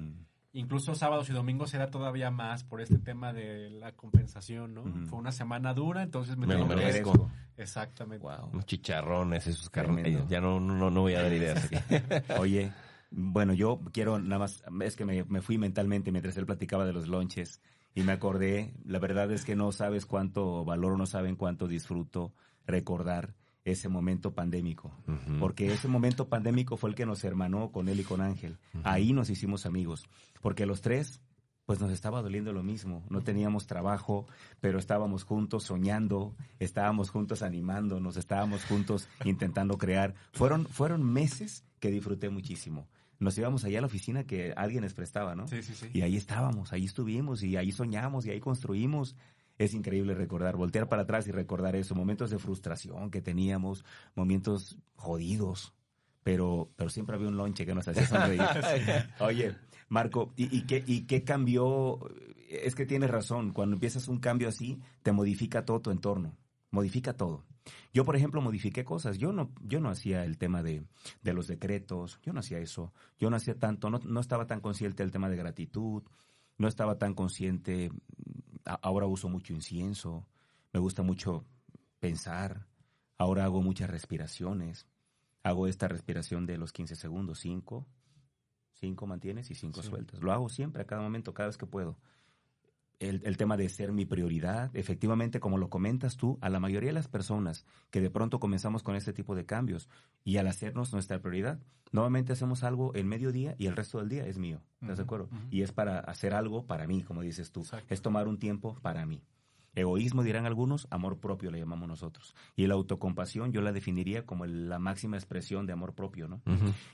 Incluso sábados y domingos era todavía más por este tema de la compensación, ¿no? Fue una semana dura, entonces me lo merezco. Exactamente. Wow. Unos chicharrones, esos carnes. Ya no voy a dar ideas aquí. Oye, bueno, yo quiero nada más, es que me fui mentalmente mientras él platicaba de los lonches y me acordé, la verdad es que no sabes cuánto valoro, no saben cuánto disfruto recordar ese momento pandémico, porque ese momento pandémico fue el que nos hermanó con él y con Ángel. Ahí nos hicimos amigos, porque los tres, pues nos estaba doliendo lo mismo. No teníamos trabajo, pero estábamos juntos soñando, estábamos juntos animándonos, estábamos juntos intentando crear. Fueron meses que disfruté muchísimo. Nos íbamos allá a la oficina que alguien les prestaba, ¿no? Sí. Y ahí estábamos, ahí estuvimos, y ahí soñamos, y ahí construimos. Es increíble recordar, voltear para atrás y recordar eso, momentos de frustración que teníamos, momentos jodidos, pero siempre había un lonche que nos hacía sonreír. Oye, Marco, ¿y qué cambió? Es que tienes razón, cuando empiezas un cambio así, te modifica todo tu entorno, modifica todo. Yo, por ejemplo, modifiqué cosas. Yo no hacía el tema de los decretos, yo no hacía eso, yo no hacía tanto, no estaba tan consciente del tema de gratitud, no estaba tan consciente. Ahora uso mucho incienso, me gusta mucho pensar, ahora hago muchas respiraciones, hago esta respiración de los 15 segundos, 5 mantienes y 5 sueltas. Lo hago siempre, a cada momento, cada vez que puedo. El tema de ser mi prioridad, efectivamente, como lo comentas tú, a la mayoría de las personas que de pronto comenzamos con este tipo de cambios y al hacernos nuestra prioridad, nuevamente hacemos algo el mediodía y el resto del día es mío, ¿estás de acuerdo? Y es para hacer algo para mí, como dices tú. Exacto. Es tomar un tiempo para mí. Egoísmo dirán algunos, amor propio le llamamos nosotros. Y la autocompasión yo la definiría como la máxima expresión de amor propio, ¿no?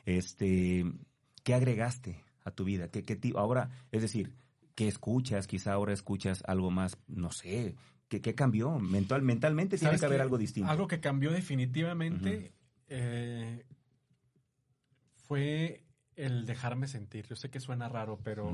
¿Qué agregaste a tu vida? Ahora, es decir, ¿qué escuchas? Quizá ahora escuchas algo más, no sé, ¿qué cambió? Mentalmente tiene que haber algo distinto. Algo que cambió definitivamente fue el dejarme sentir. Yo sé que suena raro, pero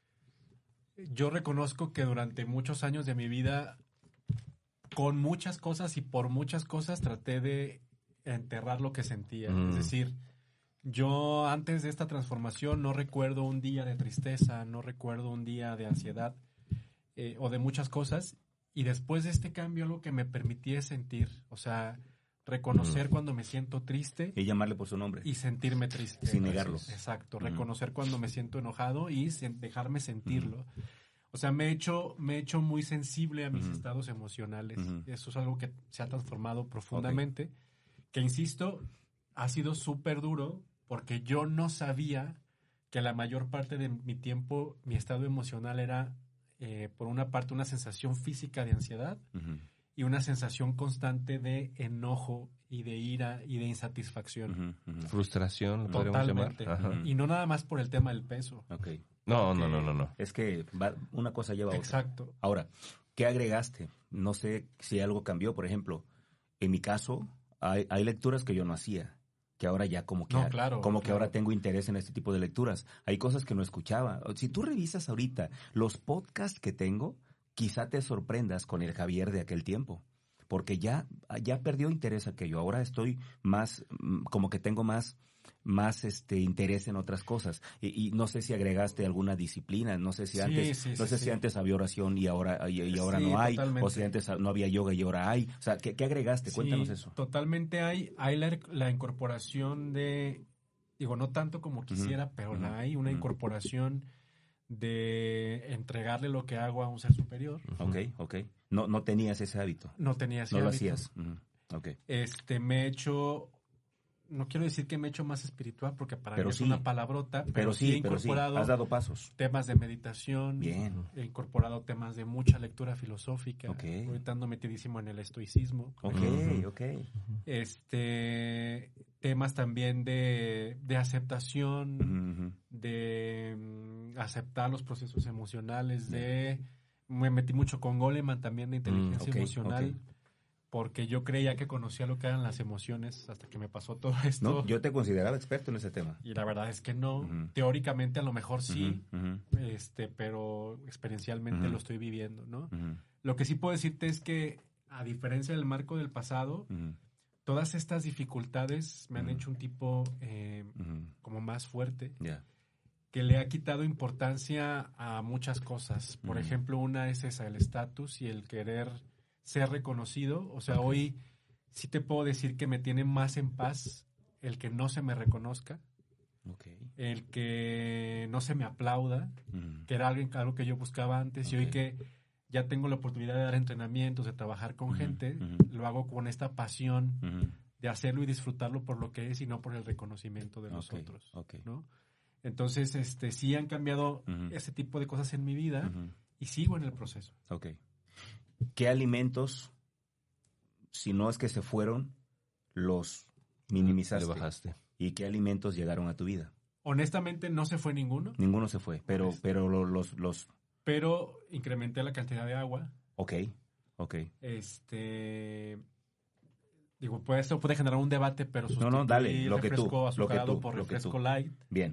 yo reconozco que durante muchos años de mi vida, con muchas cosas y por muchas cosas, traté de enterrar lo que sentía. Es decir, yo antes de esta transformación no recuerdo un día de tristeza, no recuerdo un día de ansiedad o de muchas cosas. Y después de este cambio, algo que me permitía sentir, o sea, reconocer cuando me siento triste. Y llamarle por su nombre. Y sentirme triste. Sin negarlo. Exacto, reconocer cuando me siento enojado y dejarme sentirlo. O sea, me he hecho muy sensible a mis estados emocionales. Eso es algo que se ha transformado profundamente. Que, insisto, ha sido súper duro porque yo no sabía que la mayor parte de mi tiempo, mi estado emocional era, por una parte, una sensación física de ansiedad y una sensación constante de enojo y de ira y de insatisfacción. Frustración, lo podríamos llamar. Y no nada más por el tema del peso. No. Es que una cosa lleva a otra. Exacto. Ahora, ¿qué agregaste? No sé si algo cambió. Por ejemplo, en mi caso, hay lecturas que yo no hacía, que ahora ya como que ahora tengo interés en este tipo de lecturas. Hay cosas que no escuchaba. Si tú revisas ahorita los podcasts que tengo, quizá te sorprendas con el Javier de aquel tiempo, porque ya perdió interés aquello. Ahora estoy más, como que tengo más interés en otras cosas. Y no sé si agregaste alguna disciplina, no sé si antes había oración y ahora no hay, totalmente. O si antes no había yoga y ahora hay. O sea, ¿qué agregaste? Cuéntanos eso. Totalmente hay la incorporación de, no tanto como quisiera, pero hay una incorporación de entregarle lo que hago a un ser superior. Ok. No tenías ese hábito. No tenía ese hábito. No lo hacías. Okay. Me he hecho, no quiero decir que me he hecho más espiritual porque para mí es una palabrota, pero sí he incorporado has dado pasos. Temas de meditación. Bien. He incorporado temas de mucha lectura filosófica. Ahorita ando metidísimo en el estoicismo. Ok. Temas también de aceptación, de aceptar los procesos emocionales, me metí mucho con Goleman también de inteligencia emocional. Porque yo creía que conocía lo que eran las emociones hasta que me pasó todo esto. No, yo te consideraba experto en ese tema. Y la verdad es que no. Teóricamente a lo mejor sí, pero experiencialmente lo estoy viviendo, ¿no? Lo que sí puedo decirte es que, a diferencia del Marco del pasado, todas estas dificultades me han hecho un tipo como más fuerte. que le ha quitado importancia a muchas cosas. Por ejemplo, una es esa, el estatus y el querer ser reconocido. O sea, hoy sí te puedo decir que me tiene más en paz el que no se me reconozca, el que no se me aplauda, que era algo que yo buscaba antes, y hoy que ya tengo la oportunidad de dar entrenamientos, de trabajar con gente, lo hago con esta pasión de hacerlo y disfrutarlo por lo que es y no por el reconocimiento de los otros, ¿no? Entonces, sí han cambiado ese tipo de cosas en mi vida y sigo en el proceso. ¿Qué alimentos, si no es que se fueron, los minimizaste? Le bajaste. ¿Y qué alimentos llegaron a tu vida? Honestamente, no se fue ninguno. Ninguno se fue, pero los... Pero incrementé la cantidad de agua. Ok. Digo, pues esto puede generar un debate, pero no, dale, lo que refresco azucarado por refresco light. Bien.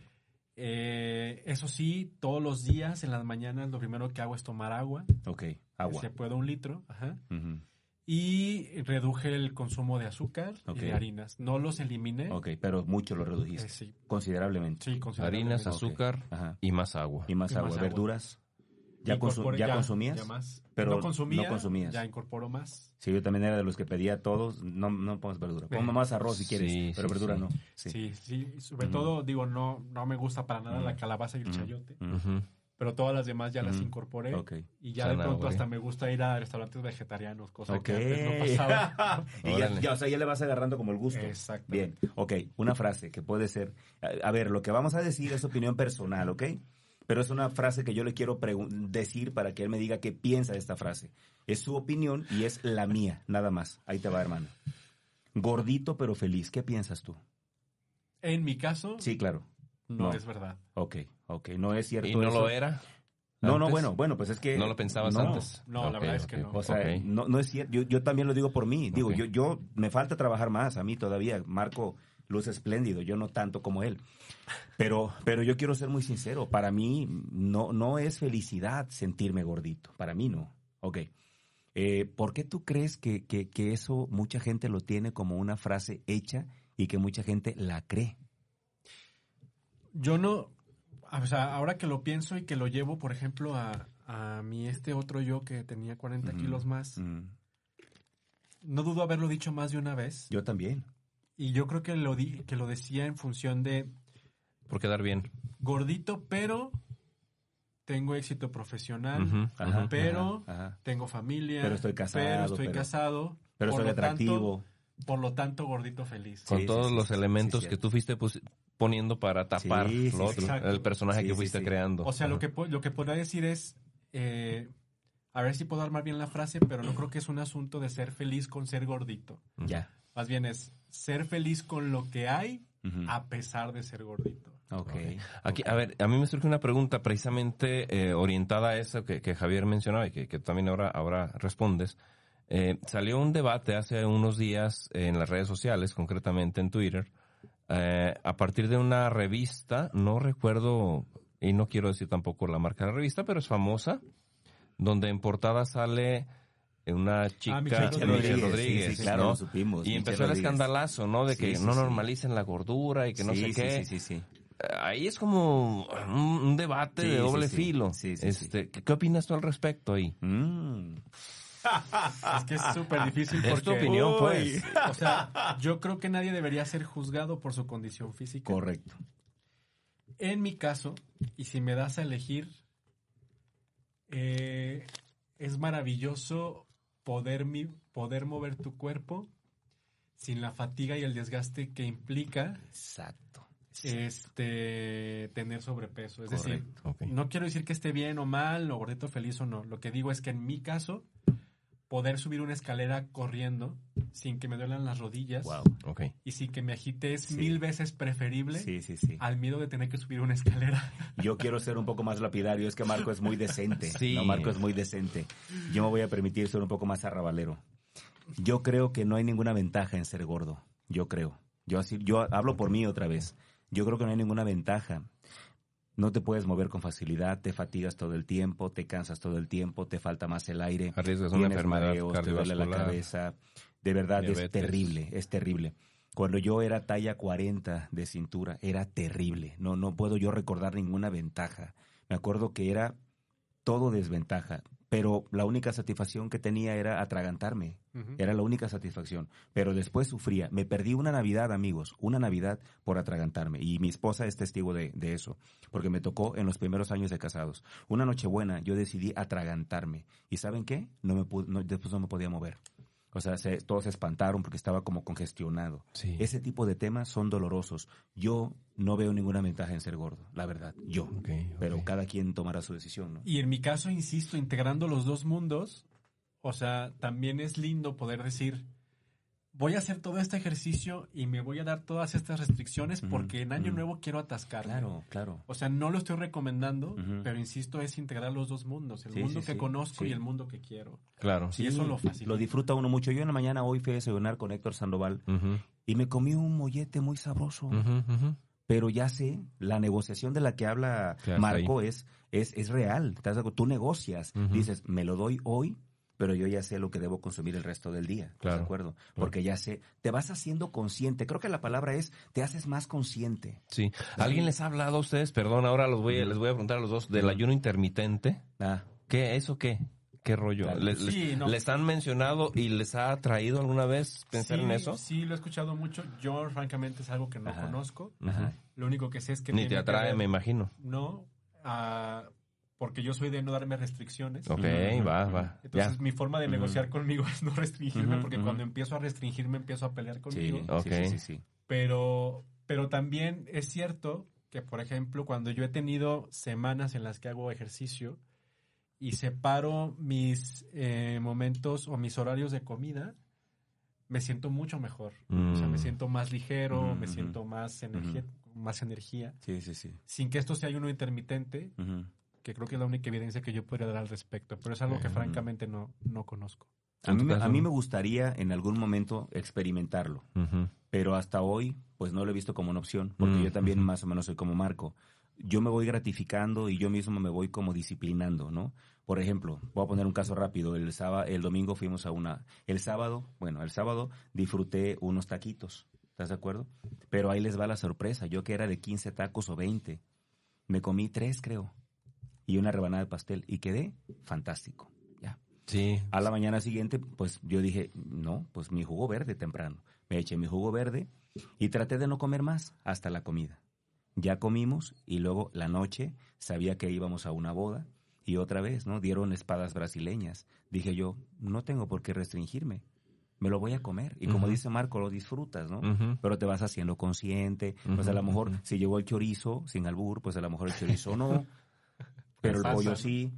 Eso sí, todos los días en las mañanas lo primero que hago es tomar agua. Agua. Se puede 1 litro. Y reduje el consumo de azúcar y de harinas. No los eliminé. Pero mucho lo redujiste. Sí. Considerablemente. Sí, considerablemente. Harinas, azúcar y más agua. Y más agua. ¿Verduras? ¿Ya consumías? Ya más. Pero no consumías. Ya incorporo más. Sí, yo también era de los que pedía a todos, no pongas verdura. Ponme más arroz si quieres, pero verdura no. Sí. Sobre todo, digo, no me gusta para nada la calabaza y el chayote. Pero todas las demás ya las incorporé. Y ya de pronto hasta me gusta ir a restaurantes vegetarianos, cosa que antes no pasaba. Y ya le vas agarrando como el gusto. Exacto. Bien, una frase que puede ser... A ver, lo que vamos a decir es opinión personal, ¿ok? Pero es una frase que yo le quiero decir para que él me diga qué piensa de esta frase. Es su opinión y es la mía, nada más. Ahí te va, hermano. Gordito pero feliz. ¿Qué piensas tú? En mi caso... Sí, claro. No es verdad. Ok. No es cierto. ¿Y no eso? lo era? No, bueno, pues es que... ¿No lo pensabas antes? No, la verdad es que no. O sea, no es cierto. Yo también lo digo por mí. Digo, yo me falta trabajar más a mí todavía. Marco luce espléndido, yo no tanto como él. Pero yo quiero ser muy sincero. Para mí no es felicidad sentirme gordito. Para mí no. ¿Por qué tú crees que eso mucha gente lo tiene como una frase hecha y que mucha gente la cree? Yo no... O sea, ahora que lo pienso y que lo llevo, por ejemplo, a mi otro yo que tenía 40 kilos más, no dudo haberlo dicho más de una vez. Yo también. Y yo creo que lo decía en función de... Por quedar bien. Gordito, pero tengo éxito profesional, pero tengo familia, pero estoy casado, pero soy atractivo. Por lo tanto, gordito feliz. Con todos los elementos que tú fuiste poniendo para tapar lo otro, el personaje que fuiste creando. O sea, lo que podría decir es, a ver si puedo armar bien la frase, pero no creo que es un asunto de ser feliz con ser gordito. Ya. Más bien es ser feliz con lo que hay, a pesar de ser gordito. Aquí, a ver, a mí me surge una pregunta precisamente orientada a eso que Javier mencionaba y que también ahora respondes. Salió un debate hace unos días en las redes sociales, concretamente en Twitter, a partir de una revista, no recuerdo, y no quiero decir tampoco la marca de la revista, pero es famosa, donde en portada sale una chica, Michelle Rodríguez, sí, claro, ¿no? supimos. Y empezó el escandalazo, ¿no? De que no normalicen la gordura y que no sé qué. Sí. Ahí es como un debate de doble filo. ¿Qué opinas tú al respecto ahí? Es que es súper difícil porque... Es tu opinión, pues. O sea, yo creo que nadie debería ser juzgado por su condición física. Correcto. En mi caso, y si me das a elegir, es maravilloso poder mover tu cuerpo sin la fatiga y el desgaste que implica tener sobrepeso. Es decir, no quiero decir que esté bien o mal, o gordito feliz o no. Lo que digo es que en mi caso, poder subir una escalera corriendo sin que me duelan las rodillas y sin que me agite es 1000 veces preferible al miedo de tener que subir una escalera. Yo quiero ser un poco más lapidario, es que Marco es muy decente. Marco es muy decente. Yo me voy a permitir ser un poco más arrabalero. Yo creo que no hay ninguna ventaja en ser gordo. Yo creo. Yo hablo por mí otra vez. Yo creo que no hay ninguna ventaja. No te puedes mover con facilidad, te fatigas todo el tiempo, te cansas todo el tiempo, te falta más el aire. Arriesgas una enfermedad mareos, te duele la cabeza. De verdad, diabetes. es terrible. Cuando yo era talla 40 de cintura, era terrible. No puedo yo recordar ninguna ventaja. Me acuerdo que era todo desventaja, pero la única satisfacción que tenía era atragantarme. Uh-huh. Era la única satisfacción. Pero después sufría. Me perdí una Navidad, amigos, una Navidad por atragantarme. Y mi esposa es testigo de eso, porque me tocó en los primeros años de casados. Una Nochebuena yo decidí atragantarme. ¿Y saben qué? Después no me podía mover. O sea, todos se espantaron porque estaba como congestionado. Sí. Ese tipo de temas son dolorosos. Yo no veo ninguna ventaja en ser gordo, la verdad, yo. Okay. Pero cada quien tomará su decisión, ¿no? Y en mi caso, insisto, integrando los dos mundos, o sea, también es lindo poder decir, voy a hacer todo este ejercicio y me voy a dar todas estas restricciones porque en Año Nuevo quiero atascarme. Claro. O sea, no lo estoy recomendando, pero insisto, es integrar los dos mundos. El mundo que conozco y el mundo que quiero. Claro. Y eso lo facilita. Lo disfruta uno mucho. Yo en la mañana hoy fui a desayunar con Héctor Sandoval y me comí un mollete muy sabroso. Pero ya sé, la negociación de la que habla Marco es real. Tú negocias. Dices, me lo doy hoy, pero yo ya sé lo que debo consumir el resto del día, ¿estás de acuerdo? Porque ya sé, te vas haciendo consciente. Creo que la palabra es, te haces más consciente. Sí. ¿Alguien les ha hablado a ustedes? Perdón, ahora les voy a preguntar a los dos, del ayuno intermitente. ¿Qué? ¿Eso qué? ¿Qué rollo? Claro. ¿Les han mencionado y les ha atraído alguna vez pensar en eso? Sí, lo he escuchado mucho. Yo, francamente, es algo que no conozco. Lo único que sé es que... Ni te atrae, me imagino. No, porque yo soy de no darme restricciones. Ok, va. Entonces, mi forma de negociar conmigo es no restringirme, porque cuando empiezo a restringirme, empiezo a pelear conmigo. Sí. Pero también es cierto que, por ejemplo, cuando yo he tenido semanas en las que hago ejercicio y separo mis momentos o mis horarios de comida, me siento mucho mejor. O sea, me siento más ligero, me siento más energía. Sí. Sin que esto sea ayuno intermitente, que creo que es la única evidencia que yo podría dar al respecto, pero es algo que francamente no conozco. A mí me gustaría en algún momento experimentarlo, pero hasta hoy pues no lo he visto como una opción, porque yo también más o menos soy como Marco. Yo me voy gratificando y yo mismo me voy como disciplinando, ¿no? Por ejemplo, voy a poner un caso rápido. El domingo fuimos el sábado disfruté unos taquitos, ¿estás de acuerdo? Pero ahí les va la sorpresa. Yo que era de 15 tacos o 20, me comí 3, creo. Y una rebanada de pastel, y quedé fantástico, ya. Sí. A la mañana siguiente, pues yo dije, no, pues mi jugo verde temprano. Me eché mi jugo verde y traté de no comer más hasta la comida. Ya comimos y luego la noche sabía que íbamos a una boda y otra vez, ¿no? Dieron espadas brasileñas. Dije yo, no tengo por qué restringirme. Me lo voy a comer. Y como dice Marco, lo disfrutas, ¿no? Pero te vas haciendo consciente. Pues a lo mejor, si llegó el chorizo, sin albur, pues a lo mejor el chorizo no. Pero el pollo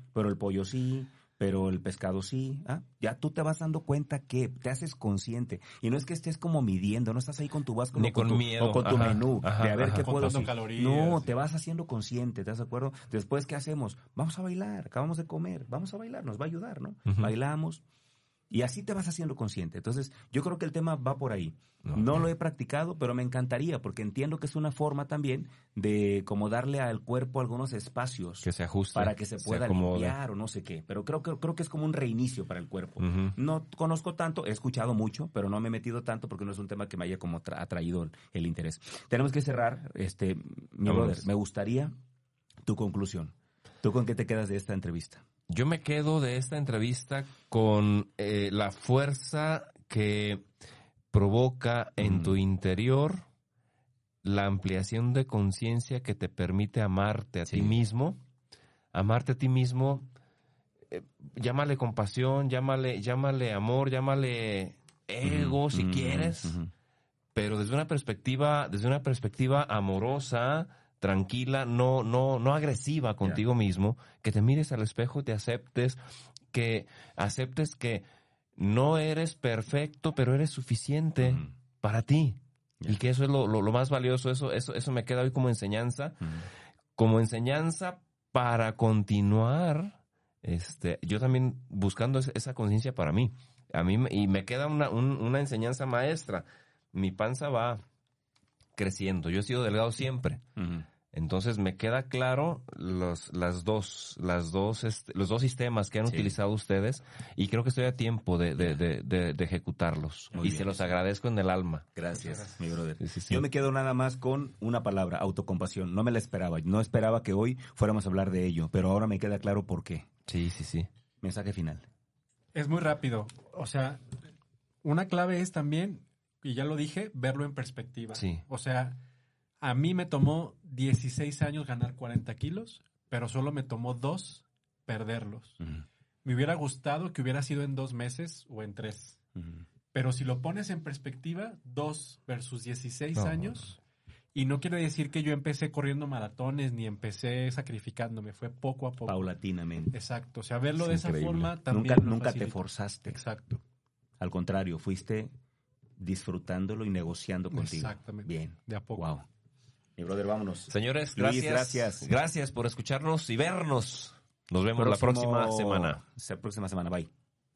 sí, pero el pescado sí. Ya tú te vas dando cuenta que te haces consciente. Y no es que estés como midiendo, no estás ahí con tu báscula o con tu menú de a ver qué puedo hacer. No, te vas haciendo consciente, ¿estás de acuerdo? Después, ¿qué hacemos? Vamos a bailar, acabamos de comer, vamos a bailar, nos va a ayudar, ¿no? Bailamos. Y así te vas haciendo consciente. Entonces, yo creo que el tema va por ahí. Okay. No lo he practicado, pero me encantaría, porque entiendo que es una forma también de como darle al cuerpo algunos espacios que se ajuste, para que se pueda limpiar o no sé qué. Pero creo que es como un reinicio para el cuerpo. No conozco tanto, he escuchado mucho, pero no me he metido tanto porque no es un tema que me haya como atraído el interés. Tenemos que cerrar, mi brother. Me gustaría tu conclusión. ¿Tú con qué te quedas de esta entrevista? Yo me quedo de esta entrevista con la fuerza que provoca en tu interior la ampliación de conciencia que te permite amarte a ti mismo. Amarte a ti mismo, llámale compasión, llámale amor, llámale ego si quieres, pero desde una perspectiva amorosa, tranquila, no agresiva contigo mismo, que te mires al espejo y te aceptes que no eres perfecto, pero eres suficiente para ti. Y que eso es lo más valioso, eso me queda hoy como enseñanza, para continuar, yo también buscando esa conciencia para mí. Y me queda una enseñanza maestra. Mi panza va creciendo. Yo he sido delgado siempre. Entonces me queda claro los dos sistemas que han utilizado ustedes y creo que estoy a tiempo de ejecutarlos. Muy bien. Se los agradezco en el alma. Gracias, mi brother. Sí. Yo me quedo nada más con una palabra, autocompasión. No me la esperaba. No esperaba que hoy fuéramos a hablar de ello, pero ahora me queda claro por qué. Sí. Mensaje final. Es muy rápido. O sea, una clave es también, y ya lo dije, verlo en perspectiva. Sí. O sea, a mí me tomó 16 años ganar 40 kilos, pero solo me tomó 2 perderlos. Uh-huh. Me hubiera gustado que hubiera sido en 2 meses o en 3. Uh-huh. Pero si lo pones en perspectiva, 2 versus 16 años, y no quiere decir que yo empecé corriendo maratones ni empecé sacrificándome, fue poco a poco. Paulatinamente. Exacto, o sea, verlo de increíble. Esa forma también Nunca te forzaste. Exacto. Al contrario, fuiste disfrutándolo y negociando contigo. Exactamente. Bien. De a poco. Wow. Mi brother, vámonos. Señores, gracias. Gracias por escucharnos y vernos. Nos vemos la próxima semana. Próxima semana, bye.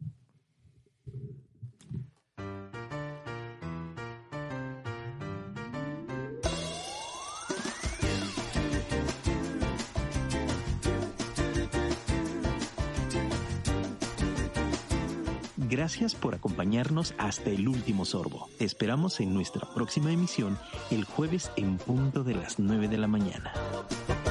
Gracias por acompañarnos hasta el último sorbo. Te esperamos en nuestra próxima emisión el jueves en punto de las 9 de la mañana.